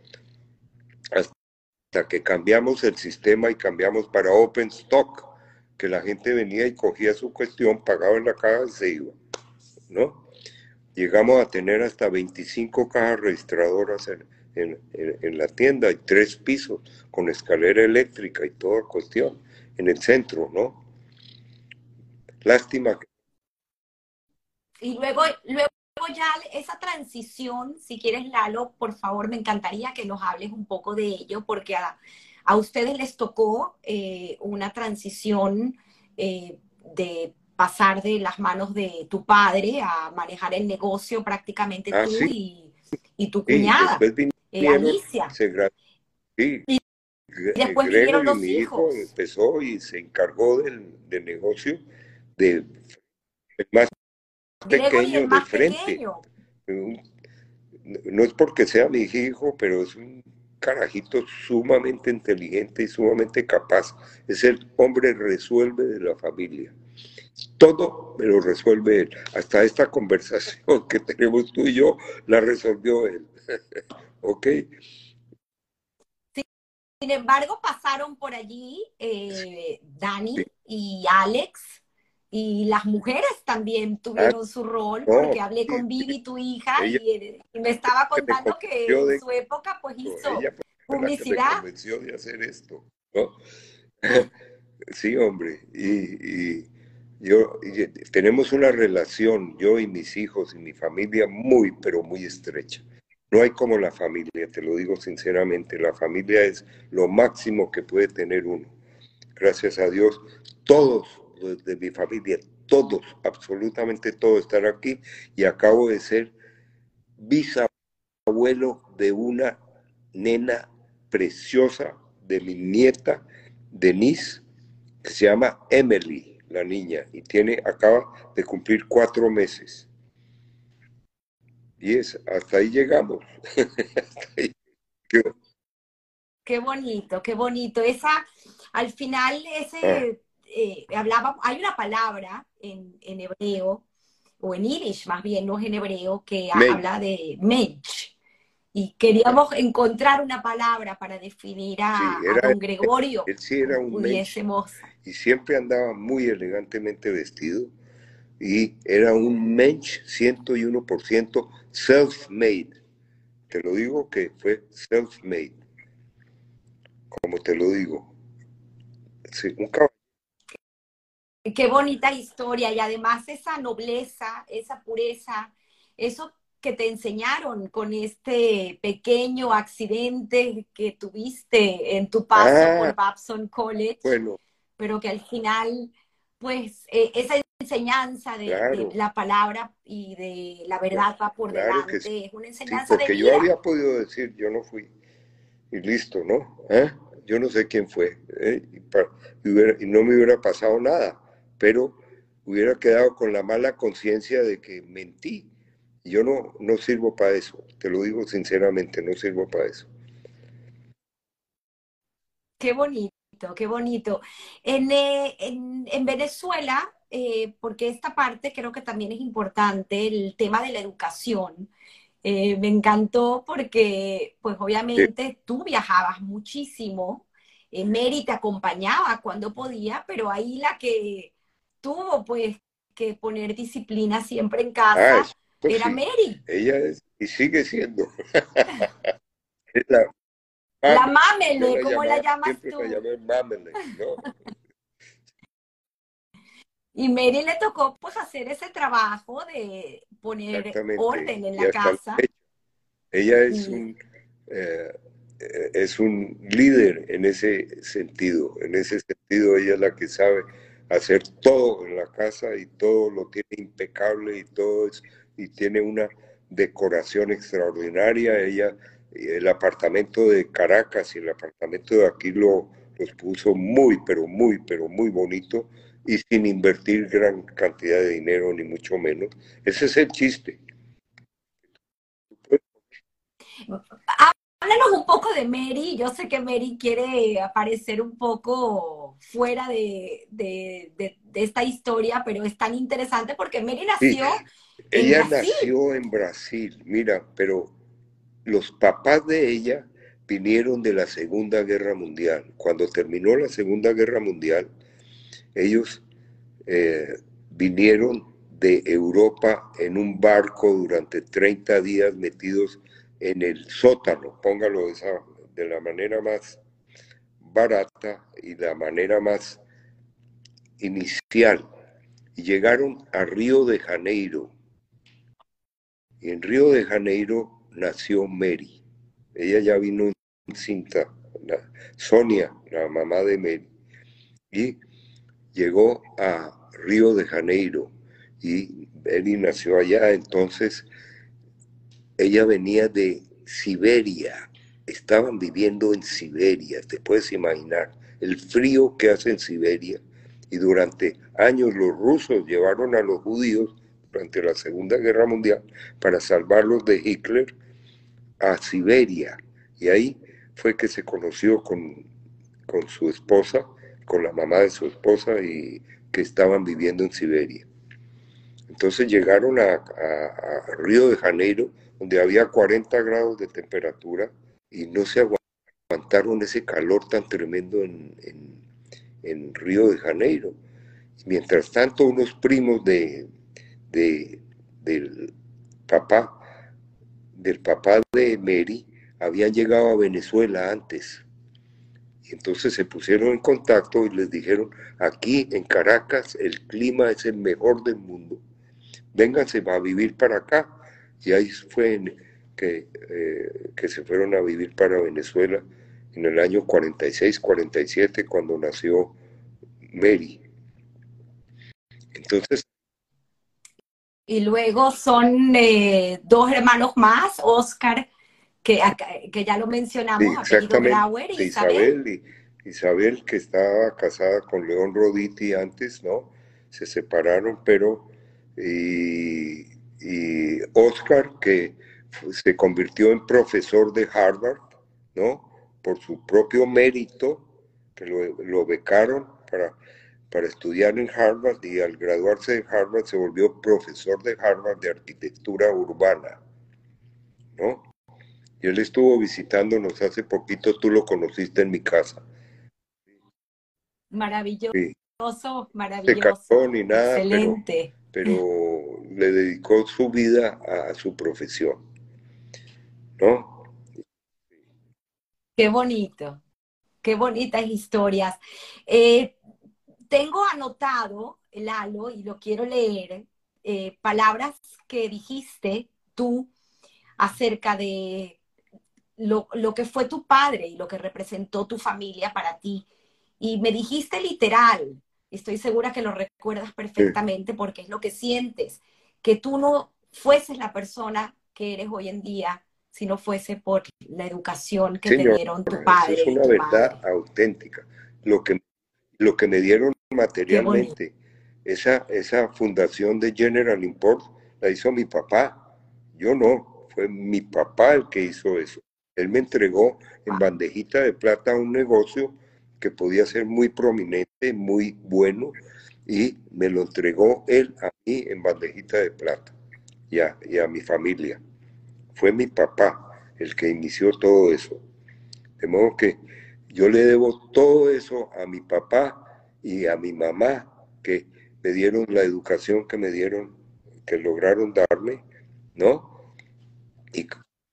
Hasta que cambiamos el sistema y cambiamos para Open Stock, que la gente venía y cogía su cuestión, pagaba en la caja y se iba, ¿no? Llegamos a tener hasta 25 cajas registradoras en la tienda y 3 pisos con escalera eléctrica y toda cuestión en el centro, ¿no? Lástima que... Y luego ya esa transición, si quieres, Lalo, por favor, me encantaría que nos hables un poco de ello, porque a ustedes les tocó una transición de pasar de las manos de tu padre a manejar el negocio prácticamente Ah, tú sí, y tu sí, cuñada, después vinieron, Alicia. se graduó, sí, Y después vinieron Gregory, los mi hijo, hijos. empezó y se encargó del negocio de el más Gregory, el pequeño de más frente. pequeño. No es porque sea mi hijo, pero es un carajito sumamente inteligente y sumamente capaz. Es el hombre resuelve de la familia. Todo me lo resuelve él. Hasta esta conversación que tenemos tú y yo la resolvió él. ¿Ok? Sin embargo, pasaron por allí Dani Sí. y Alex, y las mujeres también Ah, tuvieron su rol, no, porque hablé sí, con Vivi, tu hija, ella y me estaba fue la que me contando que convenció en de su época pues esto. hizo Ella fue la que me publicidad. convenció de hacer esto. ¿No? Sí, hombre, tenemos una relación, yo y mis hijos y mi familia, muy, pero muy estrecha. No hay como la familia, te lo digo sinceramente, la familia es lo máximo que puede tener uno. Gracias a Dios, todos los de mi familia, todos, absolutamente todos están aquí y acabo de ser bisabuelo de una nena preciosa de mi nieta Denise, que se llama Emily, la niña, y acaba de cumplir 4 meses. Y hasta ahí llegamos. Hasta ahí. Qué bonito, qué bonito. Al final, Ah, hay una palabra en hebreo, o en Yiddish más bien, no es en hebreo, que Mensch. habla de mensch. Y queríamos encontrar una palabra para definir Sí, a don Gregorio, él sí era como un mensch pudiésemos. y siempre andaba muy elegantemente vestido y era un mensch 101% self-made. Te lo digo que fue self-made, como te lo digo. Sí, un caballo. Qué bonita historia y además esa nobleza, esa pureza, eso que te enseñaron con este pequeño accidente que tuviste en tu paso Ah, por Babson College, bueno, pero que al final, pues esa enseñanza de claro, la palabra y de la verdad va por claro que sí, delante, es una sí, enseñanza de porque yo vida. habría podido decir, yo no fui, y listo, ¿no? ¿Eh? Yo no sé quién fue, ¿eh? Y no me hubiera pasado nada, pero hubiera quedado con la mala conciencia de que mentí. Y yo no sirvo para eso, te lo digo sinceramente, no sirvo para eso. Qué bonito, qué bonito. En Venezuela, porque esta parte creo que también es importante, el tema de la educación, me encantó porque, pues Sí. obviamente tú viajabas muchísimo, Mary te acompañaba cuando podía, pero ahí la que tuvo, pues, que poner disciplina siempre en Ah, casa eso era sí, Mary. ella es y sigue siendo. Es la La Mamele, yo Mamele, la ¿cómo la llamaba, llamas siempre la tú? llamé Mamele, ¿no? Y Mary le tocó pues hacer ese trabajo de poner Exactamente, orden en y la hasta la casa. fecha. Ella Y eh, es un líder en ese sentido. En ese sentido, ella es la que sabe hacer todo en la casa y todo lo tiene impecable y tiene una decoración extraordinaria. Ella, el apartamento de Caracas y el apartamento de aquí los puso muy, pero muy bonito y sin invertir gran cantidad de dinero, ni mucho menos. Ese es el chiste. háblanos un poco de Mary. Yo sé que Mary quiere aparecer un poco fuera de esta historia, pero es tan interesante porque Mary Sí, nació en ella Brasil. nació en Brasil, mira, pero los papás de ella vinieron de la Segunda Guerra Mundial. Cuando terminó la Segunda Guerra Mundial, ellos vinieron de Europa en un barco durante 30 días metidos en el sótano, póngalo de la manera más barata y la manera más inicial. Y llegaron a Río de Janeiro. Y en Río de Janeiro nació Mary. Ella ya vino en cinta, Sonia, la mamá de Mary, y llegó a Río de Janeiro y Mary nació allá. Entonces ella venía de Siberia, estaban viviendo en Siberia, te puedes imaginar el frío que hace en Siberia. Y durante años los rusos llevaron a los judíos durante la Segunda Guerra Mundial para salvarlos de Hitler a Siberia. Y ahí fue que se conoció con su esposa, con la mamá de su esposa y que estaban viviendo en Siberia. Entonces llegaron a Río de Janeiro, donde había 40 grados de temperatura y no se aguantaron ese calor tan tremendo en Río de Janeiro. Mientras tanto, unos primos de, del papá, del papá de Mary, habían llegado a Venezuela antes. Y entonces se pusieron en contacto y les dijeron, aquí en Caracas el clima es el mejor del mundo, vénganse a vivir para acá. Y ahí fue que se fueron a vivir para Venezuela en el año 46, 47, cuando nació Mary. Entonces, Y luego son dos hermanos más, Oscar, que ya lo Sí, mencionamos, apellido exactamente. Grauer, y Isabel. Isabel, Isabel, que estaba casada con León Roditi antes, ¿no? Se separaron, pero y Oscar, que se convirtió en profesor de Harvard, ¿no? Por su propio mérito, que lo becaron para estudiar en Harvard, y al graduarse de Harvard se volvió profesor de Harvard de arquitectura urbana, ¿no? Y él estuvo visitándonos hace poquito, tú lo conociste en mi casa. Maravilloso, Sí, se casó maravilloso, ni nada, excelente. pero le dedicó su vida a su profesión, ¿no? Qué bonito, qué bonitas historias. Eh, Tengo anotado, Lalo, y lo quiero leer, palabras que dijiste tú acerca de lo que fue tu padre y lo que representó tu familia para ti. Y me dijiste literal, estoy segura que lo recuerdas Sí, perfectamente porque es lo que sientes, que tú no fueses la persona que eres hoy en día si no fuese por la educación que te señor, dieron tu eso padre es y una tu verdad madre. auténtica. Lo que, lo que me dieron Qué bonito. materialmente, esa fundación de General Import, la hizo mi papá. Yo no, fue mi papá el que hizo eso. Él me entregó en bandejita de plata un negocio que podía ser muy prominente, muy bueno, y me lo entregó él a mí en bandejita de plata y a mi familia. Fue mi papá el que inició todo eso. De modo que yo le debo todo eso a mi papá y a mi mamá, que me dieron la educación que me dieron, que lograron darme, ¿no? Y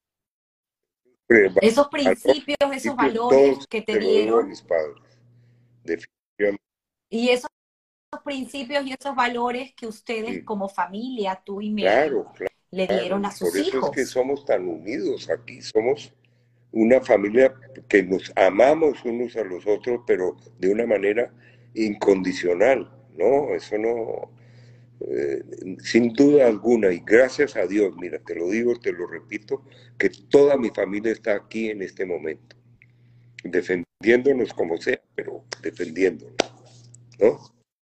Esos valor, principios, esos principios, todos valores que te se lo debo a dieron mis padres, definitivamente. y esos principios y esos valores que ustedes Sí, como familia, tú y Mary, claro, le claro, dieron y a por sus eso es que hijos. somos tan unidos aquí, somos una familia que nos amamos unos a los otros, pero de una manera incondicional, ¿no? Eso no, sin duda alguna, y gracias a Dios, mira, te lo digo, te lo repito, que toda mi familia está aquí en este momento, defendiéndonos como sea, pero defendiéndonos, ¿no?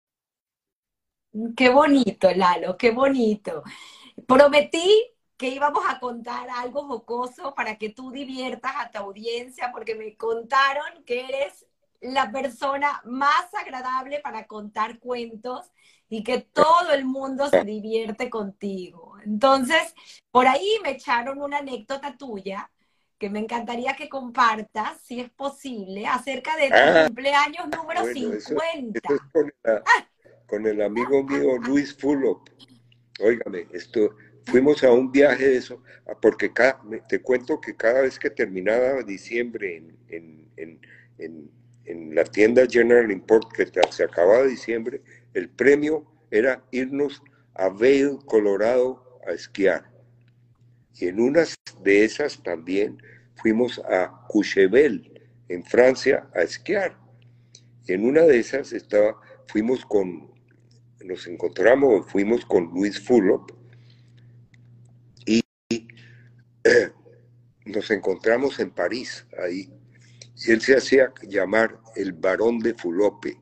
Qué bonito, Lalo, qué bonito. Prometí que íbamos a contar algo jocoso para que tú diviertas a tu audiencia, porque me contaron que eres la persona más agradable para contar cuentos y que todo el mundo se divierte contigo. Entonces, por ahí me echaron una anécdota tuya que me encantaría que compartas, si es posible, acerca de tu Ah, cumpleaños número bueno, eso es 50. con el amigo mío Luis Fulop. Óigame, esto, fuimos a un viaje de eso, porque te cuento que cada vez que terminaba diciembre en, en la tienda General Import, que se acababa diciembre, el premio era irnos a Vail, Colorado, a esquiar. Y en unas de esas también fuimos a Courchevel, en Francia, a esquiar. Y en una de esas fuimos nos encontramos, fuimos con Luis Fulop y nos encontramos en París, ahí, y él se hacía llamar el Barón de Fulope.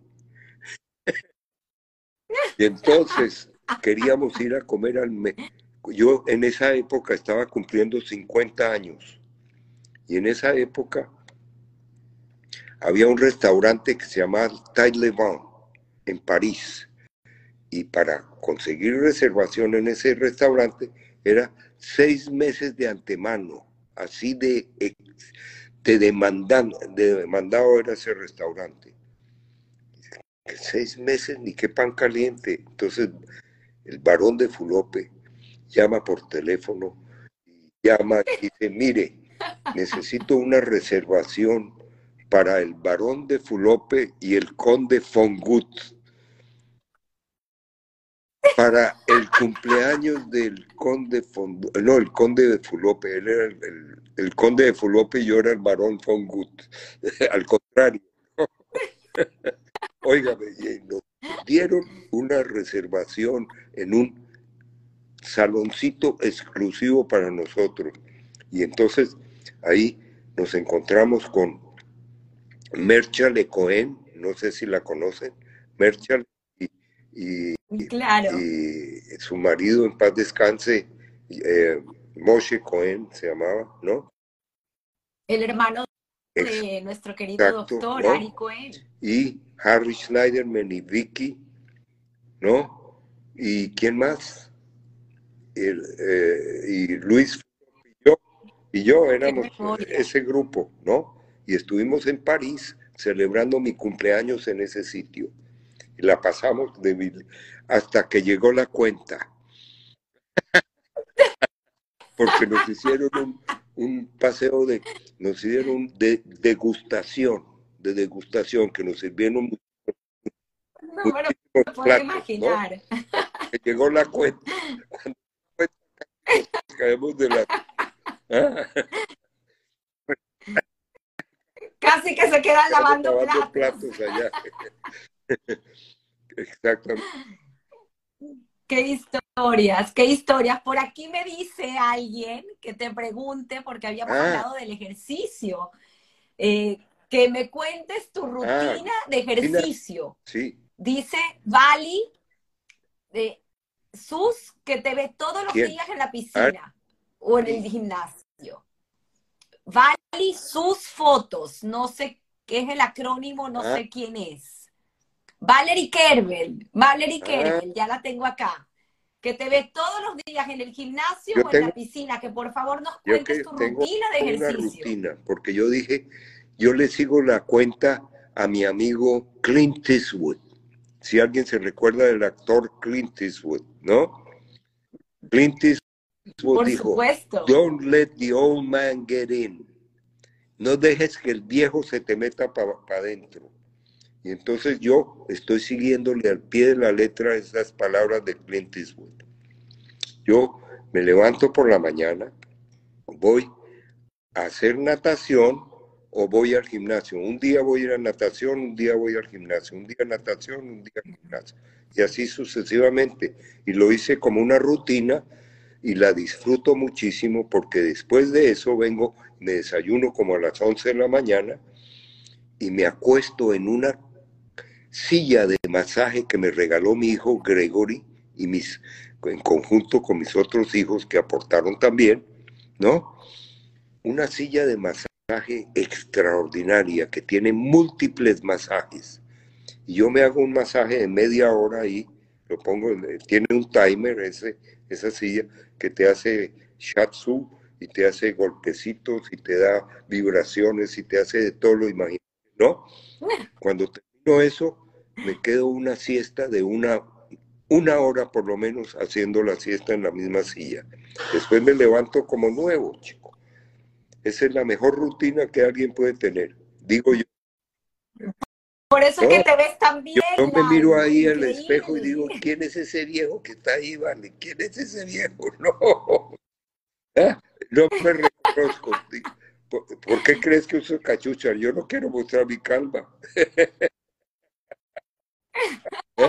Y entonces queríamos ir a comer Yo en esa época estaba cumpliendo 50 años, y en esa época había un restaurante que se llamaba Tide Le Vent en París, y para conseguir reservación en ese restaurante era 6 meses de antemano, así de demandado era ese restaurante. 6 meses ni qué pan caliente. Entonces el varón de Fulope llama por teléfono, llama y dice, mire, necesito una reservación para el varón de Fulope y el conde Fongut para el cumpleaños del conde Fongut, no, el conde de Fulope, él era el conde de Fulope y yo era el varón Fongut, al contrario. Óigame, nos dieron una reservación en un saloncito exclusivo para nosotros. Y entonces ahí nos encontramos con Merchale Cohen, no sé si la conocen, Merchale y, Claro, y su marido en paz descanse, Moshe Cohen se llamaba, ¿no? el hermano de nuestro querido Exacto, doctor Ari ¿no? Cohen. Y Harry Schneiderman y Vicky, ¿no? ¿Y quién más? Y Luis y yo Qué éramos memoria. ese grupo, ¿no? Y estuvimos en París celebrando mi cumpleaños en ese sitio. Y la pasamos hasta que llegó la cuenta, porque nos hicieron un paseo nos hicieron de degustación, que nos sirvieron No me lo muchísimos puedo platos, ¿no? imaginar. Que llegó la cuenta, cuando nos caemos de la... Ah, Casi que se quedan estamos lavando lavando platos. platos allá. Exactamente. Qué historias, qué historias. Por aquí me dice alguien que te pregunte, porque habíamos Ah, hablado del ejercicio, que me cuentes tu ah, rutina de Tina, ejercicio. sí. Dice Vali, de Sus, que te ve todos los ¿Quién? días en la Ari. piscina o en el gimnasio. Vali, sus fotos. No sé qué es el acrónimo, no Ah, sé quién es. Valerie ah, Kerbel, ya la tengo acá. Que te ve todos los días en el gimnasio yo o en la tengo, piscina, que por favor nos yo cuentes que tu tengo rutina de una ejercicio. rutina, porque yo dije, yo le sigo la cuenta a mi amigo Clint Eastwood. Si alguien se recuerda del actor Clint Eastwood, ¿no? Clint Eastwood Por dijo, supuesto. don't let the old man get in. No dejes que el viejo se te meta para adentro. Y entonces yo estoy siguiéndole al pie de la letra esas palabras de Clint Eastwood. Yo me levanto por la mañana, voy a hacer natación o voy al gimnasio. Un día voy a ir a natación, un día voy al gimnasio, un día natación, un día al gimnasio. Y así sucesivamente. Y lo hice como una rutina y la disfruto muchísimo porque después de eso vengo, me desayuno como a las 11 de la mañana y me acuesto en una silla de masaje que me regaló mi hijo Gregory y en conjunto con mis otros hijos que aportaron también, ¿no? Una silla de masaje extraordinaria que tiene múltiples masajes. Y yo me hago un masaje de media hora ahí, lo pongo, tiene un timer esa silla que te hace shatsu y te hace golpecitos y te da vibraciones y te hace de todo lo imaginable, ¿no? Cuando termino eso, me quedo una siesta de una hora por lo menos haciendo la siesta en la misma silla. Después me levanto como nuevo, chico. Esa es la mejor rutina que alguien puede tener, digo yo. Por eso es que No, te ves tan yo bien, me miro Lalo. ahí al espejo y Increíble. digo, ¿quién es ese viejo que está ahí, vale? ¿Quién es ese viejo? No, ¿eh? No me reconozco. ¿Por qué crees que uso cachucha? Yo no quiero mostrar mi calva. ¿Eh?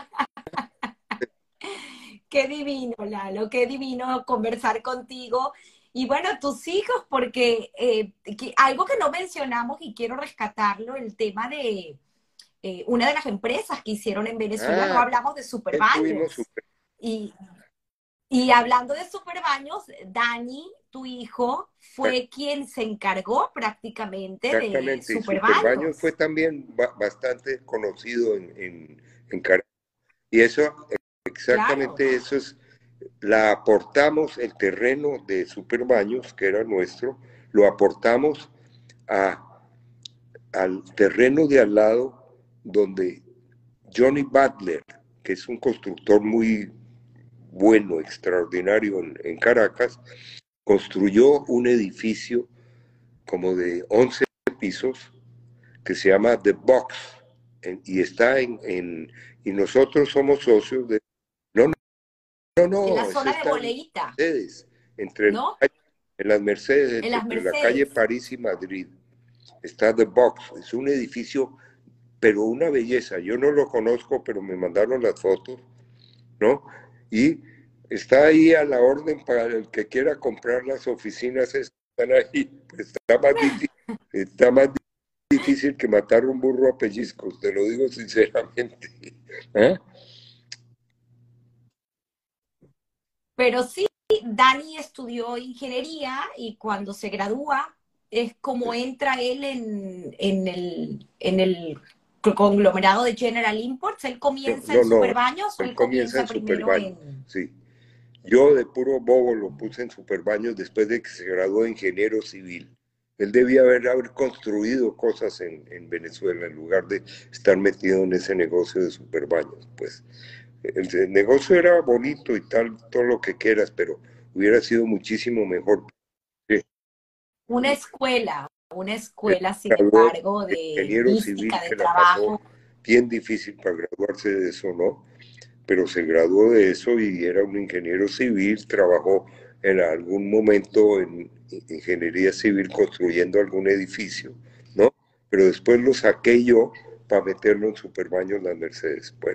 Qué divino, Lalo, qué divino conversar contigo. Y bueno, tus hijos, porque algo que no mencionamos y quiero rescatarlo, el tema de una de las empresas que hicieron en Venezuela, no Ah, hablamos de también tuvimos Superbaños. Y, y hablando de Superbaños, Dani, tu hijo, fue quien se encargó prácticamente de exactamente, y Superbaños fue Superbaños. también bastante conocido en Caracas. Y eso, Claro, exactamente eso es, la aportamos, el terreno de Superbaños, que era nuestro, lo aportamos a, al terreno de al lado donde Johnny Butler, que es un constructor muy bueno, extraordinario en Caracas, construyó un edificio como de 11 pisos que se llama The Box y está y nosotros somos socios de... No, no, en la no, ese zona de está en Boleíta, Mercedes, ¿no? en las Mercedes, En las entre la calle Mercedes. París y Madrid. Está The Box, es un edificio, pero una belleza. Yo no lo conozco, pero me mandaron las fotos, ¿no? Y está ahí a la orden para el que quiera comprar las oficinas, están ahí. Está más difícil que matar un burro a pellizcos, te lo digo sinceramente. ¿Ah? Pero sí, Dani estudió ingeniería y cuando se gradúa es como entra él en el conglomerado de General Imports. ¿Él No, comienza en no, no, Superbaños o él él comienza comienza en primero Superbaños, en... sí. Yo de puro bobo lo puse en Superbaños después de que se graduó de ingeniero civil. Él debía haber construido cosas en Venezuela en lugar de estar metido en ese negocio de Superbaños. Pues el negocio era bonito y tal, todo lo que quieras, pero hubiera sido muchísimo mejor. Sí, Una él escuela, sin graduó embargo, de de ingeniero logística, civil de que la pasó trabajo. bien difícil para graduarse de eso, ¿no? Pero se graduó de eso y era un ingeniero civil, trabajó en algún momento en ingeniería civil construyendo algún edificio, ¿no? Pero después lo saqué yo para meterlo en Superbaños Las Mercedes. Bueno,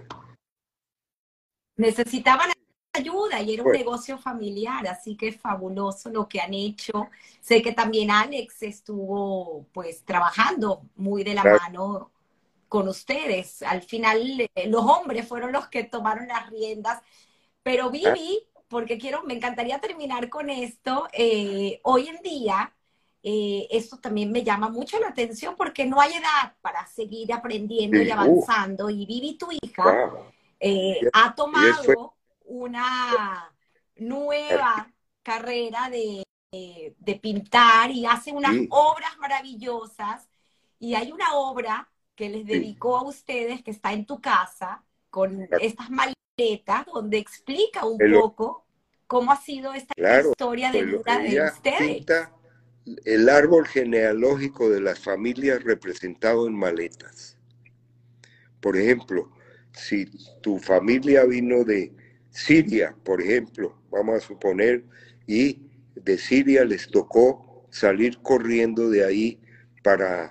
Necesitaban ayuda y era un bueno, negocio familiar, así que es fabuloso lo que han hecho. Sé que también Alex estuvo pues trabajando muy de la claro. mano con ustedes. Al final los hombres fueron los que tomaron las riendas, pero Ah, Vivi, porque me encantaría terminar con esto, hoy en día esto también me llama mucho la atención porque no hay edad para seguir aprendiendo y sí, avanzando. Y Vivi, tu hija, wow. Y ha él fue tomado una nueva carrera de pintar y hace unas sí, obras maravillosas. Y hay una obra que les sí, dedicó a ustedes que está en tu casa con estas maletas donde explica un el- poco cómo ha sido esta claro, historia de vida de ella ustedes. pinta el árbol genealógico de las familias representado en maletas. Por ejemplo, si tu familia vino de Siria, por ejemplo, vamos a suponer, y de Siria les tocó salir corriendo de ahí para,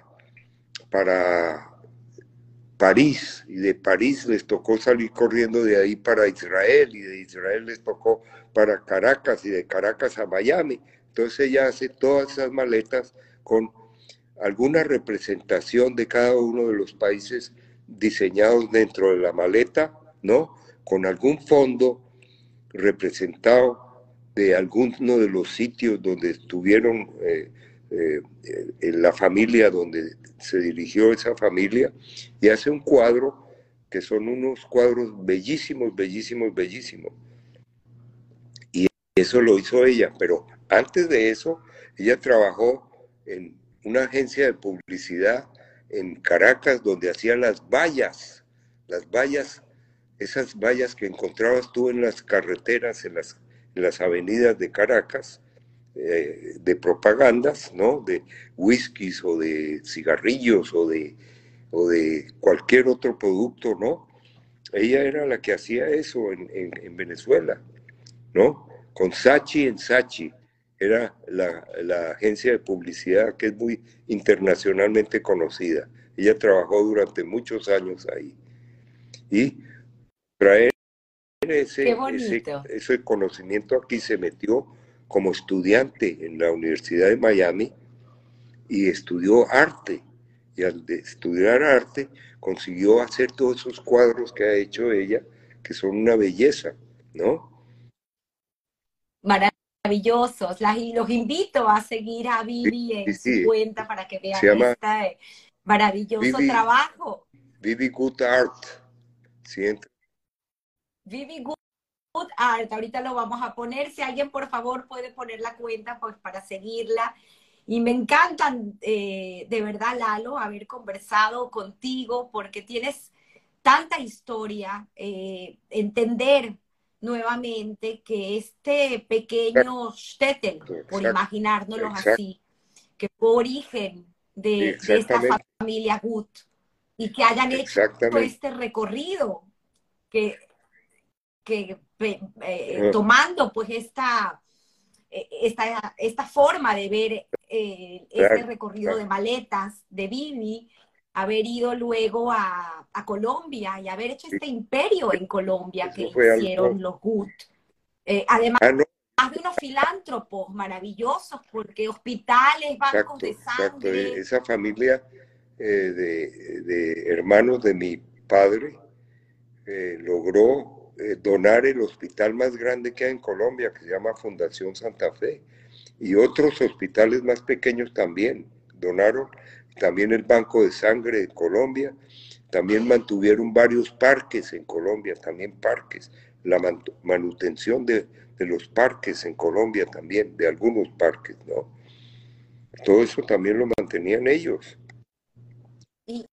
para París, y de París les tocó salir corriendo de ahí para Israel, y de Israel les tocó para Caracas, y de Caracas a Miami. Entonces ella hace todas esas maletas con alguna representación de cada uno de los países diseñados dentro de la maleta, ¿no? Con algún fondo representado de alguno de los sitios donde estuvieron en la familia, donde se dirigió esa familia, y hace un cuadro que son unos cuadros bellísimos, bellísimos, bellísimos. Y eso lo hizo ella, pero antes de eso, ella trabajó en una agencia de publicidad en Caracas donde hacía las vallas, esas vallas que encontrabas tú en las carreteras, en las avenidas de Caracas, de propagandas, ¿no? De whiskies o de cigarrillos o de cualquier otro producto, ¿no? Ella era la que hacía eso en Venezuela, ¿no? Con Sachi en Sachi, era la agencia de publicidad que es muy internacionalmente conocida. Ella trabajó durante muchos años ahí. Y traer Qué bonito. ese conocimiento aquí se metió como estudiante en la Universidad de Miami y estudió arte. Y al estudiar arte consiguió hacer todos esos cuadros que ha hecho ella, que son una belleza, ¿no? Maravillosos. Los invito a seguir a Sí, Vivi sí, en su sí. cuenta para que Se vean llama este maravilloso Vivi, trabajo. Vivi Good Art. ¿Sí? Vivi Good Art, ahorita lo vamos a poner. Si alguien por favor puede poner la cuenta pues para seguirla. Y me encantan, de verdad, Lalo, haber conversado contigo porque tienes tanta historia, entender nuevamente que este pequeño shtetl, por Exacto, imaginárnoslos exacto, así, que fue origen de esta exactamente, familia Gut y que hayan hecho exactamente. este recorrido, que, Ajá, tomando pues esta forma de ver este claro, recorrido de claro. maletas de Vivi, haber ido luego a Colombia y haber hecho Sí, este imperio en Colombia que eso fue hicieron algo, los Gut. Además Ah, no, de unos filántropos maravillosos, porque hospitales, bancos exacto, de exacto. sangre. Esa familia de hermanos de mi padre logró donar el hospital más grande que hay en Colombia, que se llama Fundación Santa Fe, y otros hospitales más pequeños también donaron, también el Banco de Sangre de Colombia, también mantuvieron varios parques en Colombia, también parques, la manutención de los parques en Colombia también, de algunos parques, ¿no? Todo eso también lo mantenían ellos. Y,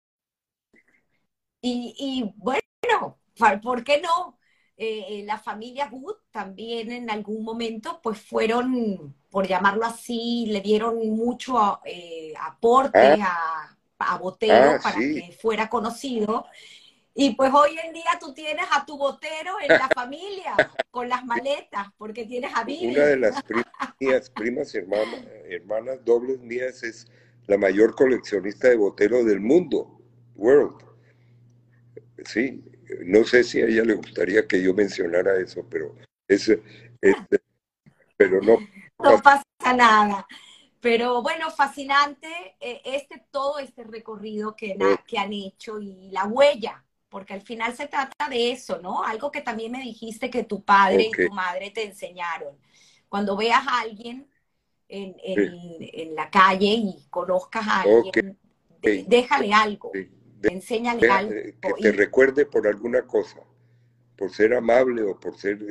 y bueno, ¿por qué no? La familia Wood también en algún momento pues fueron, por llamarlo así, le dieron mucho Ah, aporte a ah, Botero para sí, que fuera conocido. Y pues hoy en día tú tienes a tu Botero en la familia, con las maletas, porque tienes a una Vivi. de las primas hermanas dobles mías es la mayor coleccionista de Botero del mundo, world. Sí, no sé si a ella le gustaría que yo mencionara eso, pero es pero no No pasa. pasa nada. Pero bueno, fascinante todo este recorrido que han hecho y la huella, porque al final se trata de eso, ¿no? Algo que también me dijiste que tu padre y Ok, tu madre te enseñaron. Cuando veas a alguien sí, en la calle y conozcas a ok, alguien, déjale algo, sí. enséñale algo. Que te Y recuerde por alguna cosa, por ser amable o por ser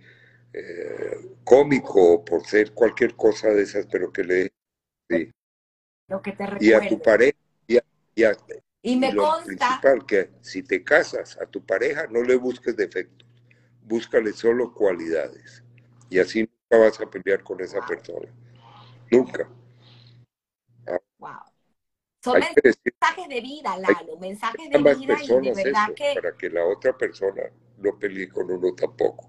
cómico o por ser cualquier cosa de esas, pero que le... Sí. lo que te Y a tu recuerde. pareja, y, a- Y y me lo consta, principal, que si te casas a tu pareja, no le busques defectos, búscale solo cualidades. Y así nunca vas a pelear con esa wow, persona. Nunca. Ah, wow. Son hay que decir, mensajes de vida, hay que Lalo, mensajes a de ambas vida y de personas verdad eso, que, para que la otra persona no pelee con uno tampoco.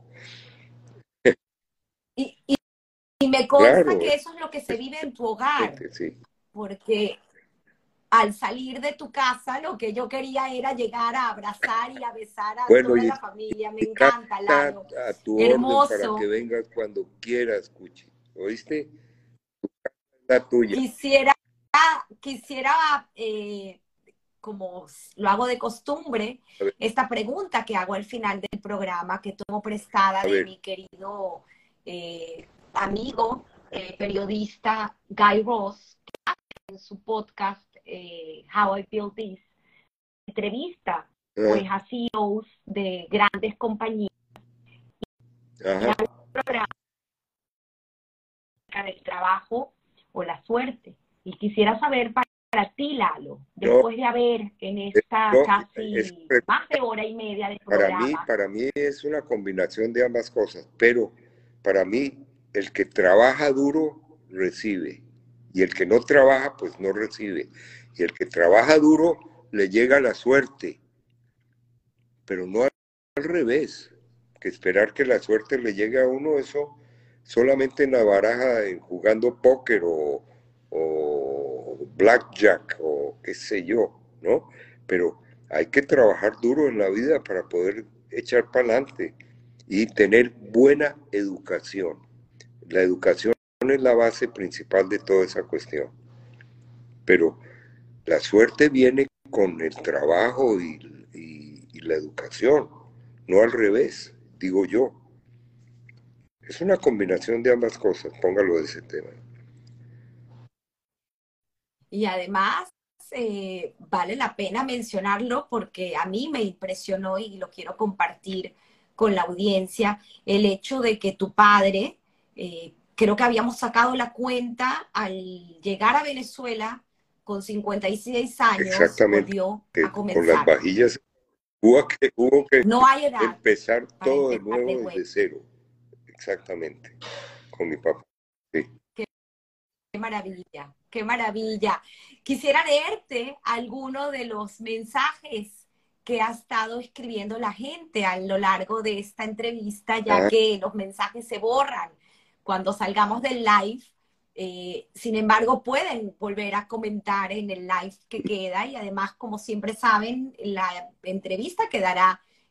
y, y, y me consta Claro, que eso es lo que se vive en tu hogar, sí. porque al salir de tu casa lo que yo quería era llegar a abrazar y a besar a Bueno, toda y la familia. Me mi casa encanta, está Lalo. a tu orden para que Hermoso. vengas cuando quieras, Cuchi. ¿Oíste? La tuya. Quisiera, quisiera como lo hago de costumbre, A ver, esta pregunta que hago al final del programa, que tomo prestada a de ver. mi querido amigo, periodista Guy Ross, en su podcast How I Built This, entrevista Ah, pues a CEOs de grandes compañías ajá. programa del trabajo o la suerte. Y quisiera saber para ti, Lalo, No, después de haber en eh, esta no, es casi más de hora y media de programa, para mí es una combinación de ambas cosas, pero para mí el que trabaja duro recibe y el que no trabaja pues no recibe. Y el que trabaja duro le llega la suerte, pero no al revés, que esperar que la suerte le llegue a uno, eso solamente en la baraja, en jugando póker o blackjack o qué sé yo, ¿no? Pero hay que trabajar duro en la vida para poder echar para adelante y tener buena educación. La educación es la base principal de toda esa cuestión, pero la suerte viene con el trabajo y la educación, no al revés, digo yo. Es una combinación de ambas cosas, póngalo de ese tema. y además vale la pena mencionarlo porque a mí me impresionó y lo quiero compartir con la audiencia, el hecho de que tu padre, creo que habíamos sacado la cuenta al llegar a Venezuela con 56 años, Exactamente, volvió que a con las comenzar. vajillas hubo que No hay edad empezar para todo de empezar de nuevo vuelta. desde cero, exactamente, con mi papá. Sí. Qué maravilla, qué maravilla. Quisiera leerte alguno de los mensajes que ha estado escribiendo la gente a lo largo de esta entrevista, ya Ah, que los mensajes se borran cuando salgamos del live. Sin embargo, pueden volver a comentar en el live que queda y además, como siempre saben, la entrevista quedará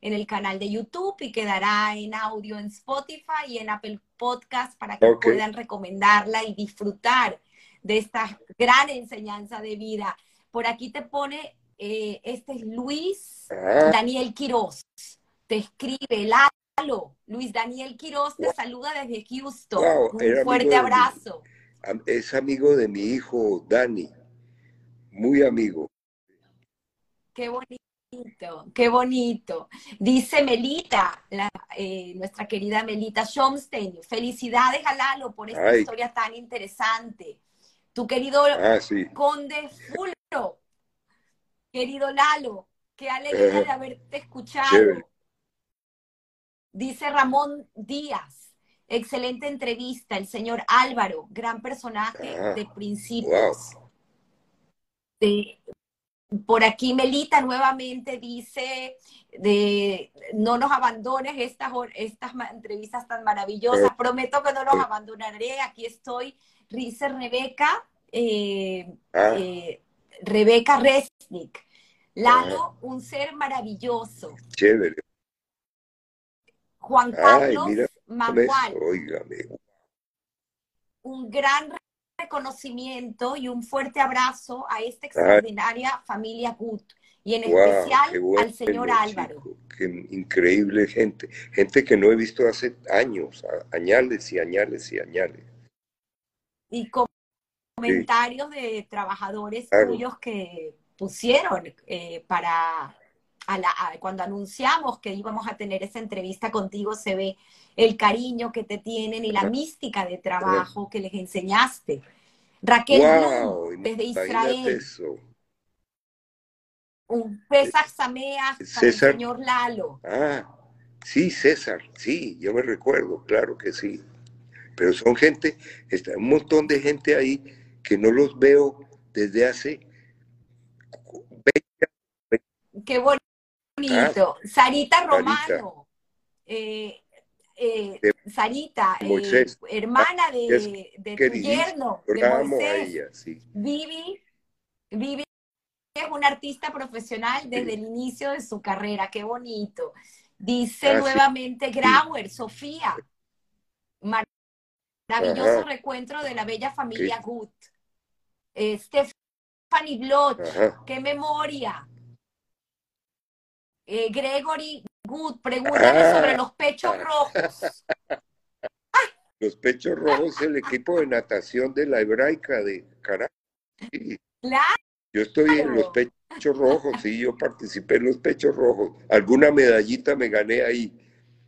en el canal de YouTube y quedará en audio en Spotify y en Apple Podcast para que Ok. puedan recomendarla y disfrutar de esta gran enseñanza de vida. Por aquí te pone, este es Luis Ah, Daniel Quiroz, te escribe, Lalo, Luis Daniel Quiroz te saluda desde Houston, wow, un era amigo fuerte de mi, abrazo. es amigo de mi hijo Dani, muy amigo. Qué bonito, qué bonito. Dice Melita, nuestra querida Melita Schomstein, felicidades a Lalo por esta Ay, historia tan interesante. Tu querido sí, Conde Fulro, querido Lalo, qué alegría ajá, de haberte chévere. escuchado. Dice Ramón Díaz, excelente entrevista, el señor Álvaro, gran personaje Ah, de wow. principios. De, por aquí Melita nuevamente dice de no nos abandones estas entrevistas tan maravillosas. Prometo que no los abandonaré. Aquí estoy, dice Rebeca, Ah, Rebeca Resnick. ajá, Lalo, un ser maravilloso. chévere. Juan Ay, Carlos mira, eso, Mangual, óigame. un gran reconocimiento y un fuerte abrazo a esta Ay, extraordinaria familia Gut y en wow, especial qué al señor bueno, Álvaro. chico, qué increíble gente. Gente que no he visto hace años, añales y añales y añales. Y Sí, comentarios de trabajadores claro. tuyos que pusieron cuando anunciamos que íbamos a tener esa entrevista contigo, se ve el cariño que te tienen y la Ajá, mística de ajá. trabajo que les enseñaste. Raquel Blum, Wow, desde imagínate Israel, eso. un Pesach Sameach para el César, señor Lalo. ah, sí, César, sí, yo me recuerdo, claro que sí. Pero son gente, está un montón de gente ahí que no los veo desde hace 20 Qué años. bonito. Sarita Sarita, Romano, eh, de Sarita, Moisés, ah, hermana es de tu queridísima, yerno, yo de la amo a Moisés. ella, sí, Vivi, Vivi es una artista profesional desde sí. el inicio de su carrera. Qué bonito. Dice Ah, sí, nuevamente sí, Grauer, Sofía, maravilloso ajá, recuentro de la bella qué, familia Gut. Stephanie Bloch, ajá. qué memoria. Gregory Good, pregúntale sobre Ah, los pechos rojos. los pechos rojos, el equipo de natación de la Hebraica de Caracas. Sí. Yo estoy en los Claro, pechos rojos, sí, yo participé en los pechos rojos. Alguna medallita me gané ahí.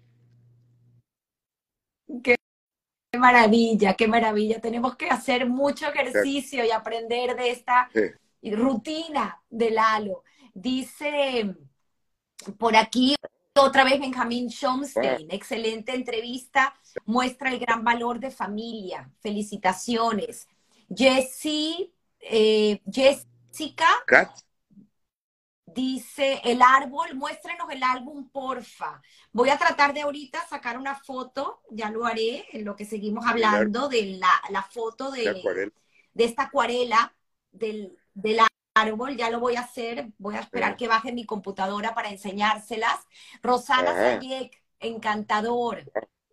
qué maravilla, qué maravilla. Tenemos que hacer mucho ejercicio y aprender de esta rutina de Lalo. Dice por aquí otra vez Benjamín Wow. Schomstein, excelente entrevista, muestra el gran valor de familia. Felicitaciones. Jessica Kat, dice, el árbol, muéstrenos el álbum, porfa. Voy a tratar de ahorita sacar una foto, ya lo haré en lo que seguimos el árbol hablando, de la foto de acuarela. de esta acuarela del árbol, ya lo voy a hacer, voy a esperar que baje mi computadora para enseñárselas. Rosana Ajá, Sayek, encantador.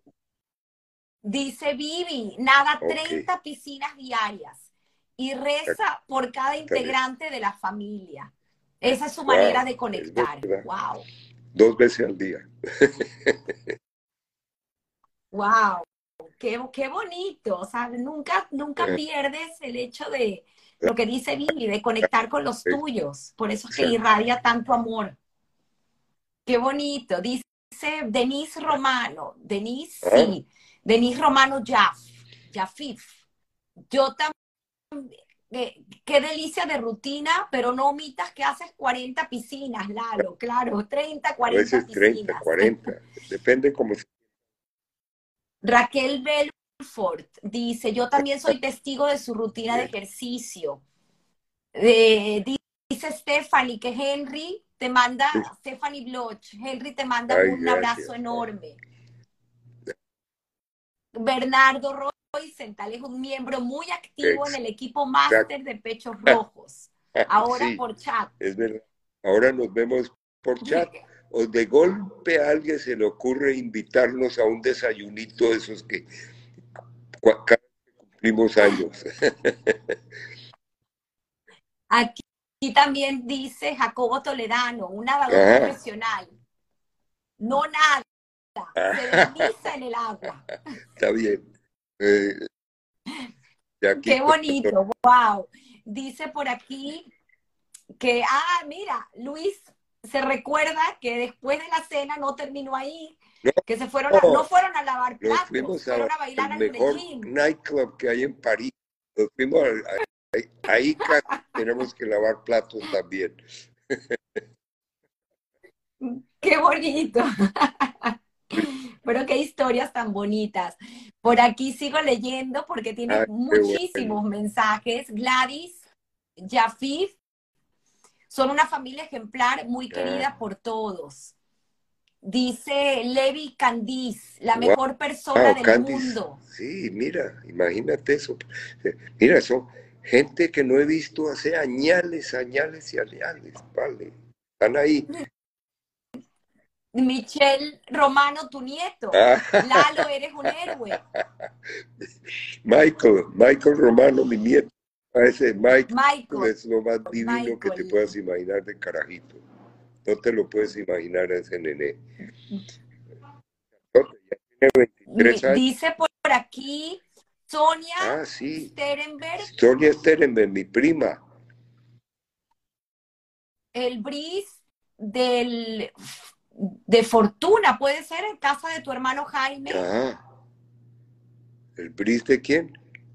Dice Vivi, nada ok. 30 piscinas diarias y reza por cada Exactamente. integrante de la familia. Esa es su manera Wow, de es conectar. verdad. Wow, 2 veces al día. wow, qué bonito. O sea, nunca pierdes el hecho de lo que dice Vivi, de conectar con los tuyos. Por eso es que Exacto. irradia tanto amor. Qué bonito. Dice Denise Romano, Denise, Ah, sí, Denise Romano Jafif. Yo también, qué delicia de rutina, pero no omitas que haces 40 piscinas, Lalo, claro, 30, a 40 veces 30, piscinas. 40. Depende cómo se... Raquel Belfort dice, yo también soy testigo de su rutina de Bien. ejercicio. Dice Stephanie que Henry te manda, Stephanie Bloch, Henry te manda Ay, un abrazo gracias. enorme. Bernardo Roycental es un miembro muy activo en el equipo Exacto. máster de Pechos Rojos, ahora Sí, por chat. es verdad. Ahora nos vemos por chat. o de golpe a alguien se le ocurre invitarnos a un desayunito de esos que cada vez que cumplimos años. Aquí también dice Jacobo Toledano, un nadador Ajá. profesional. No nada, se desliza en el agua. Está bien. Eh, de aquí Qué bonito, wow. Dice por aquí que, mira, Luis se recuerda que después de la cena no terminó ahí, no, que se fueron no no, fueron a lavar nos platos, fuimos fueron a al bailar al mejor Medellín. nightclub que hay en París. Nos fuimos ahí casi tenemos que lavar platos también. Qué bonito. Pero qué historias tan bonitas. Por aquí sigo leyendo porque tiene Ah, qué bueno. muchísimos mensajes. Gladys, Jafif, son una familia ejemplar muy Ah, querida por todos. Dice Levi Candiz, la wow, mejor persona del Candice. mundo. Sí, mira, imagínate eso. Mira, son gente que no he visto hace añales, añales y añales, vale. Están ahí. Michelle Romano, tu nieto. Ah, Lalo, eres un héroe. Michael Romano, mi nieto. A ese Michael Michael, es lo más divino que te Michael. puedas imaginar de carajito. No te lo puedes imaginar a ese nené. Ya tiene 23 años. Dice por aquí Sonia Ah, sí. Sterenberg, Sonia Sterenberg, mi prima. el bris de Fortuna, puede ser en casa de tu hermano Jaime, Ah, ¿el Bris de quién?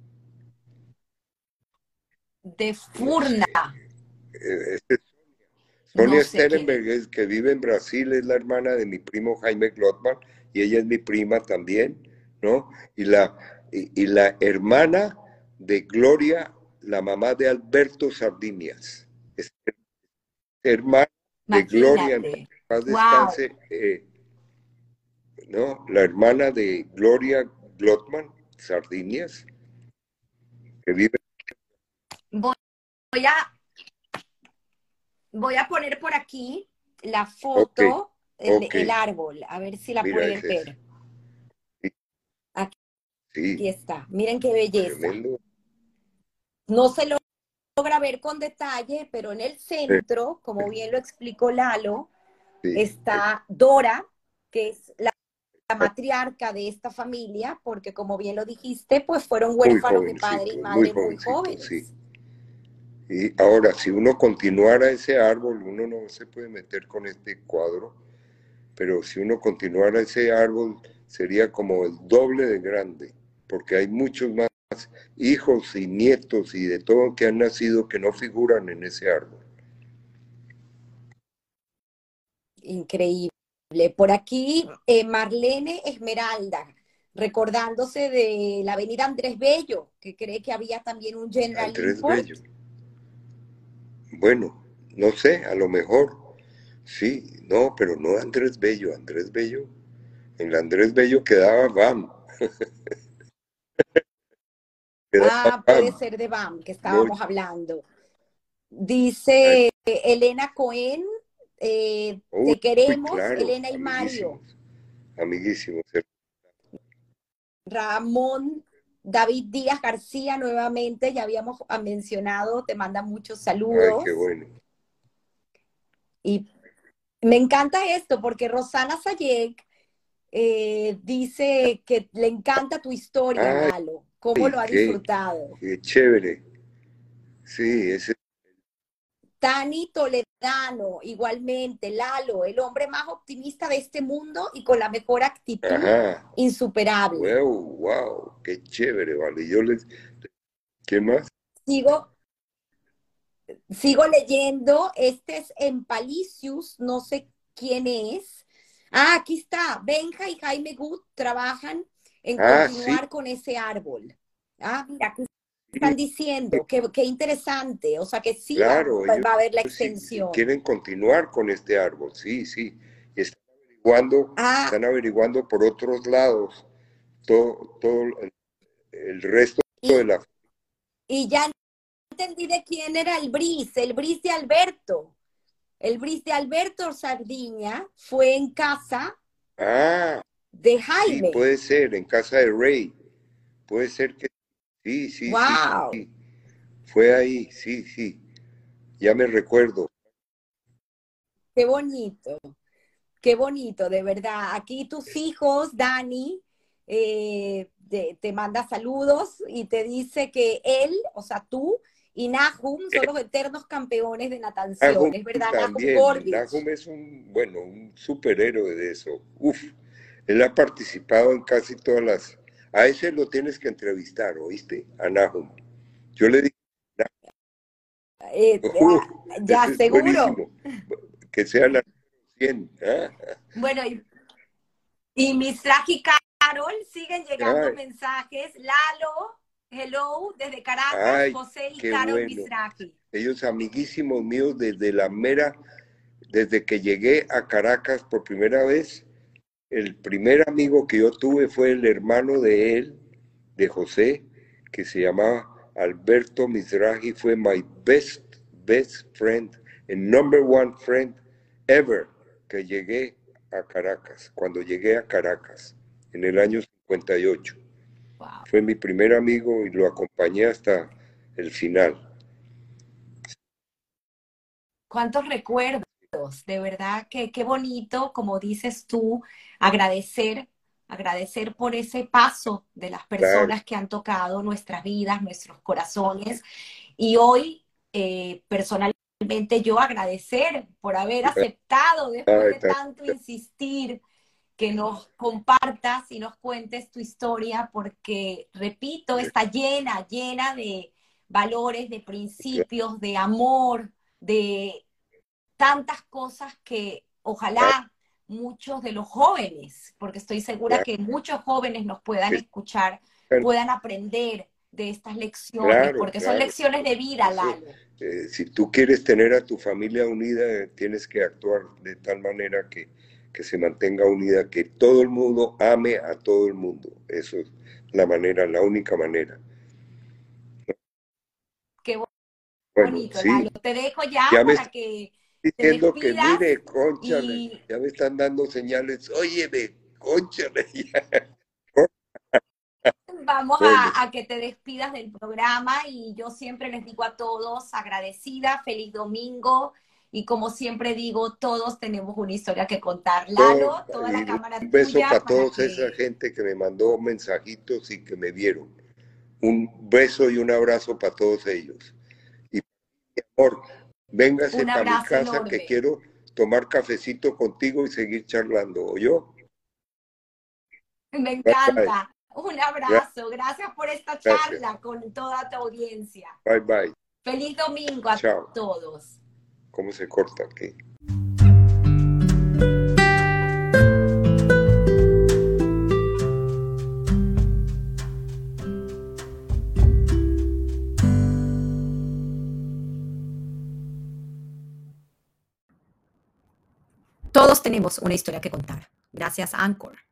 de No Furna, sé. Este no Sonia sé quién es. Sterenberg, es, que vive en Brasil, es la hermana de mi primo Jaime Glotman, y ella es mi prima también, ¿no? Y la hermana de Gloria, la mamá de Alberto Sardinias. Es hermana de Gloria, en Imagínate. paz Wow. descanse, ¿no? La hermana de Gloria Glotman, Sardinias, que vive. Voy a, voy a poner por aquí la Ok, foto, ok, el árbol, a ver si la mira, pueden es eso. ver. Aquí Sí, está. Miren qué belleza. tremendo. No se logra ver con detalle, pero en el Sí, centro, como bien lo explicó Lalo, sí, está Dora, que es la matriarca de esta familia, porque como bien lo dijiste, pues fueron huérfanos de padre y muy madre muy jovencito, sí. jóvenes. Y ahora, si uno continuara ese árbol, uno no se puede meter con este cuadro, pero si uno continuara ese árbol, sería como el doble de grande, porque hay muchos más hijos y nietos y de todo que han nacido que no figuran en ese árbol. Increíble. Por aquí, Marlene Esmeralda, recordándose de la avenida Andrés Bello, que cree que había también un General Andrés Import. Bello. Bueno, no sé, a lo mejor, sí, no, pero no Andrés Bello. Andrés Bello, en la Andrés Bello quedaba BAM, quedaba Puede BAM. ser de BAM, que No, estábamos hablando. ay, Dice Elena Cohen, uy, te queremos, claro, Elena y Mario. amiguísimos, amiguísimos. Ramón David Díaz García, nuevamente, ya habíamos mencionado, te manda muchos Ay, qué saludos. bueno. Y me encanta esto porque Rosana Sayek dice que le encanta tu historia, Ay, Lalo, cómo lo ha disfrutado. qué chévere. Sí, ese, Tani Toledano, igualmente, Lalo, el hombre más optimista de este mundo y con la mejor actitud ajá, insuperable. wow, wow, qué chévere, vale. ¿Quién más? Sigo, sigo leyendo, este es Empalicius, no sé quién es. Aquí está, Benja y Jaime Gut trabajan en Ah, sí, continuar con ese árbol. Mira, aquí sí, están diciendo, qué interesante, o sea que sí claro, ellos va a haber la sí extensión. quieren continuar con este árbol, sí, sí. Y Ah, están averiguando por otros lados todo el resto de y, la. y ya entendí de quién era el bris de Alberto. El bris de Alberto Sardiña fue en casa Ah, de sí, Jaime. puede ser, en casa de Rey. Puede ser que sí, sí, sí, ¡Wow! sí. Fue ahí, sí, sí. Ya me recuerdo. ¡Qué bonito! ¡Qué bonito, de verdad! Aquí tus hijos, Dani, te manda saludos y te dice que él, o sea, tú y Nahum son los eternos campeones de natación. Nahum ¿Es verdad, Nahum también. Gordich? Nahum es un superhéroe de eso. Uf, él ha participado en casi todas las. A ese lo tienes que entrevistar, ¿oíste? A Nahum. Yo le dije, Eh, uf, ya, ese es seguro. buenísimo. Que sea la 100. ¿Ah? Bueno, y Mizrahi Carol, siguen llegando Ay, mensajes. Lalo, hello, desde Caracas, ay, José y qué Carol bueno. Mizrahi. Ellos amiguísimos míos desde que llegué a Caracas por primera vez. El primer amigo que yo tuve fue el hermano de él, de José, que se llamaba Alberto Mizrahi, fue my best friend, el number one friend ever que llegué a Caracas, cuando llegué a Caracas, en el año 58. Wow. Fue mi primer amigo y lo acompañé hasta el final. ¿Cuántos recuerdos? De verdad que qué bonito, como dices tú, agradecer, agradecer por ese paso de las Claro, personas que han tocado nuestras vidas, nuestros corazones. Y hoy, personalmente, yo agradecer por haber aceptado, después ay, de tanto insistir, que nos compartas y nos cuentes tu historia, porque, repito, está llena, llena de valores, de principios, de amor, de tantas cosas que ojalá muchos de los jóvenes, porque estoy segura que muchos jóvenes nos puedan escuchar, puedan aprender de estas lecciones, claro, porque son claro. lecciones de vida, Eso, Lalo. si tú quieres tener a tu familia unida, tienes que actuar de tal manera que se mantenga unida, que todo el mundo ame a todo el mundo. Eso es la manera, la única manera. Qué Bueno, bonito, Lalo. sí, Te dejo ya ya me para están que te diciendo que despidas mire, cónchale, y ya me están dando señales, óyeme, cónchale. vamos Bueno, a que te despidas del programa y yo siempre les digo a todos agradecida, feliz domingo y como siempre digo, todos tenemos una historia que contar. todo, Lalo, toda y la un cámara beso tuya para para toda esa que gente que me mandó mensajitos y que me vieron. Un beso y un abrazo para todos ellos. Y mi amor, véngase un para mi abrazo casa que enorme. quiero tomar cafecito contigo y seguir charlando. ¿Oyó? Me Bye bye. encanta. Un abrazo. Gracias por esta Gracias. charla con toda tu audiencia. Bye bye. Feliz domingo a Chao. todos. ¿Cómo se corta aquí? Todos tenemos una historia que contar. Gracias, Anchor.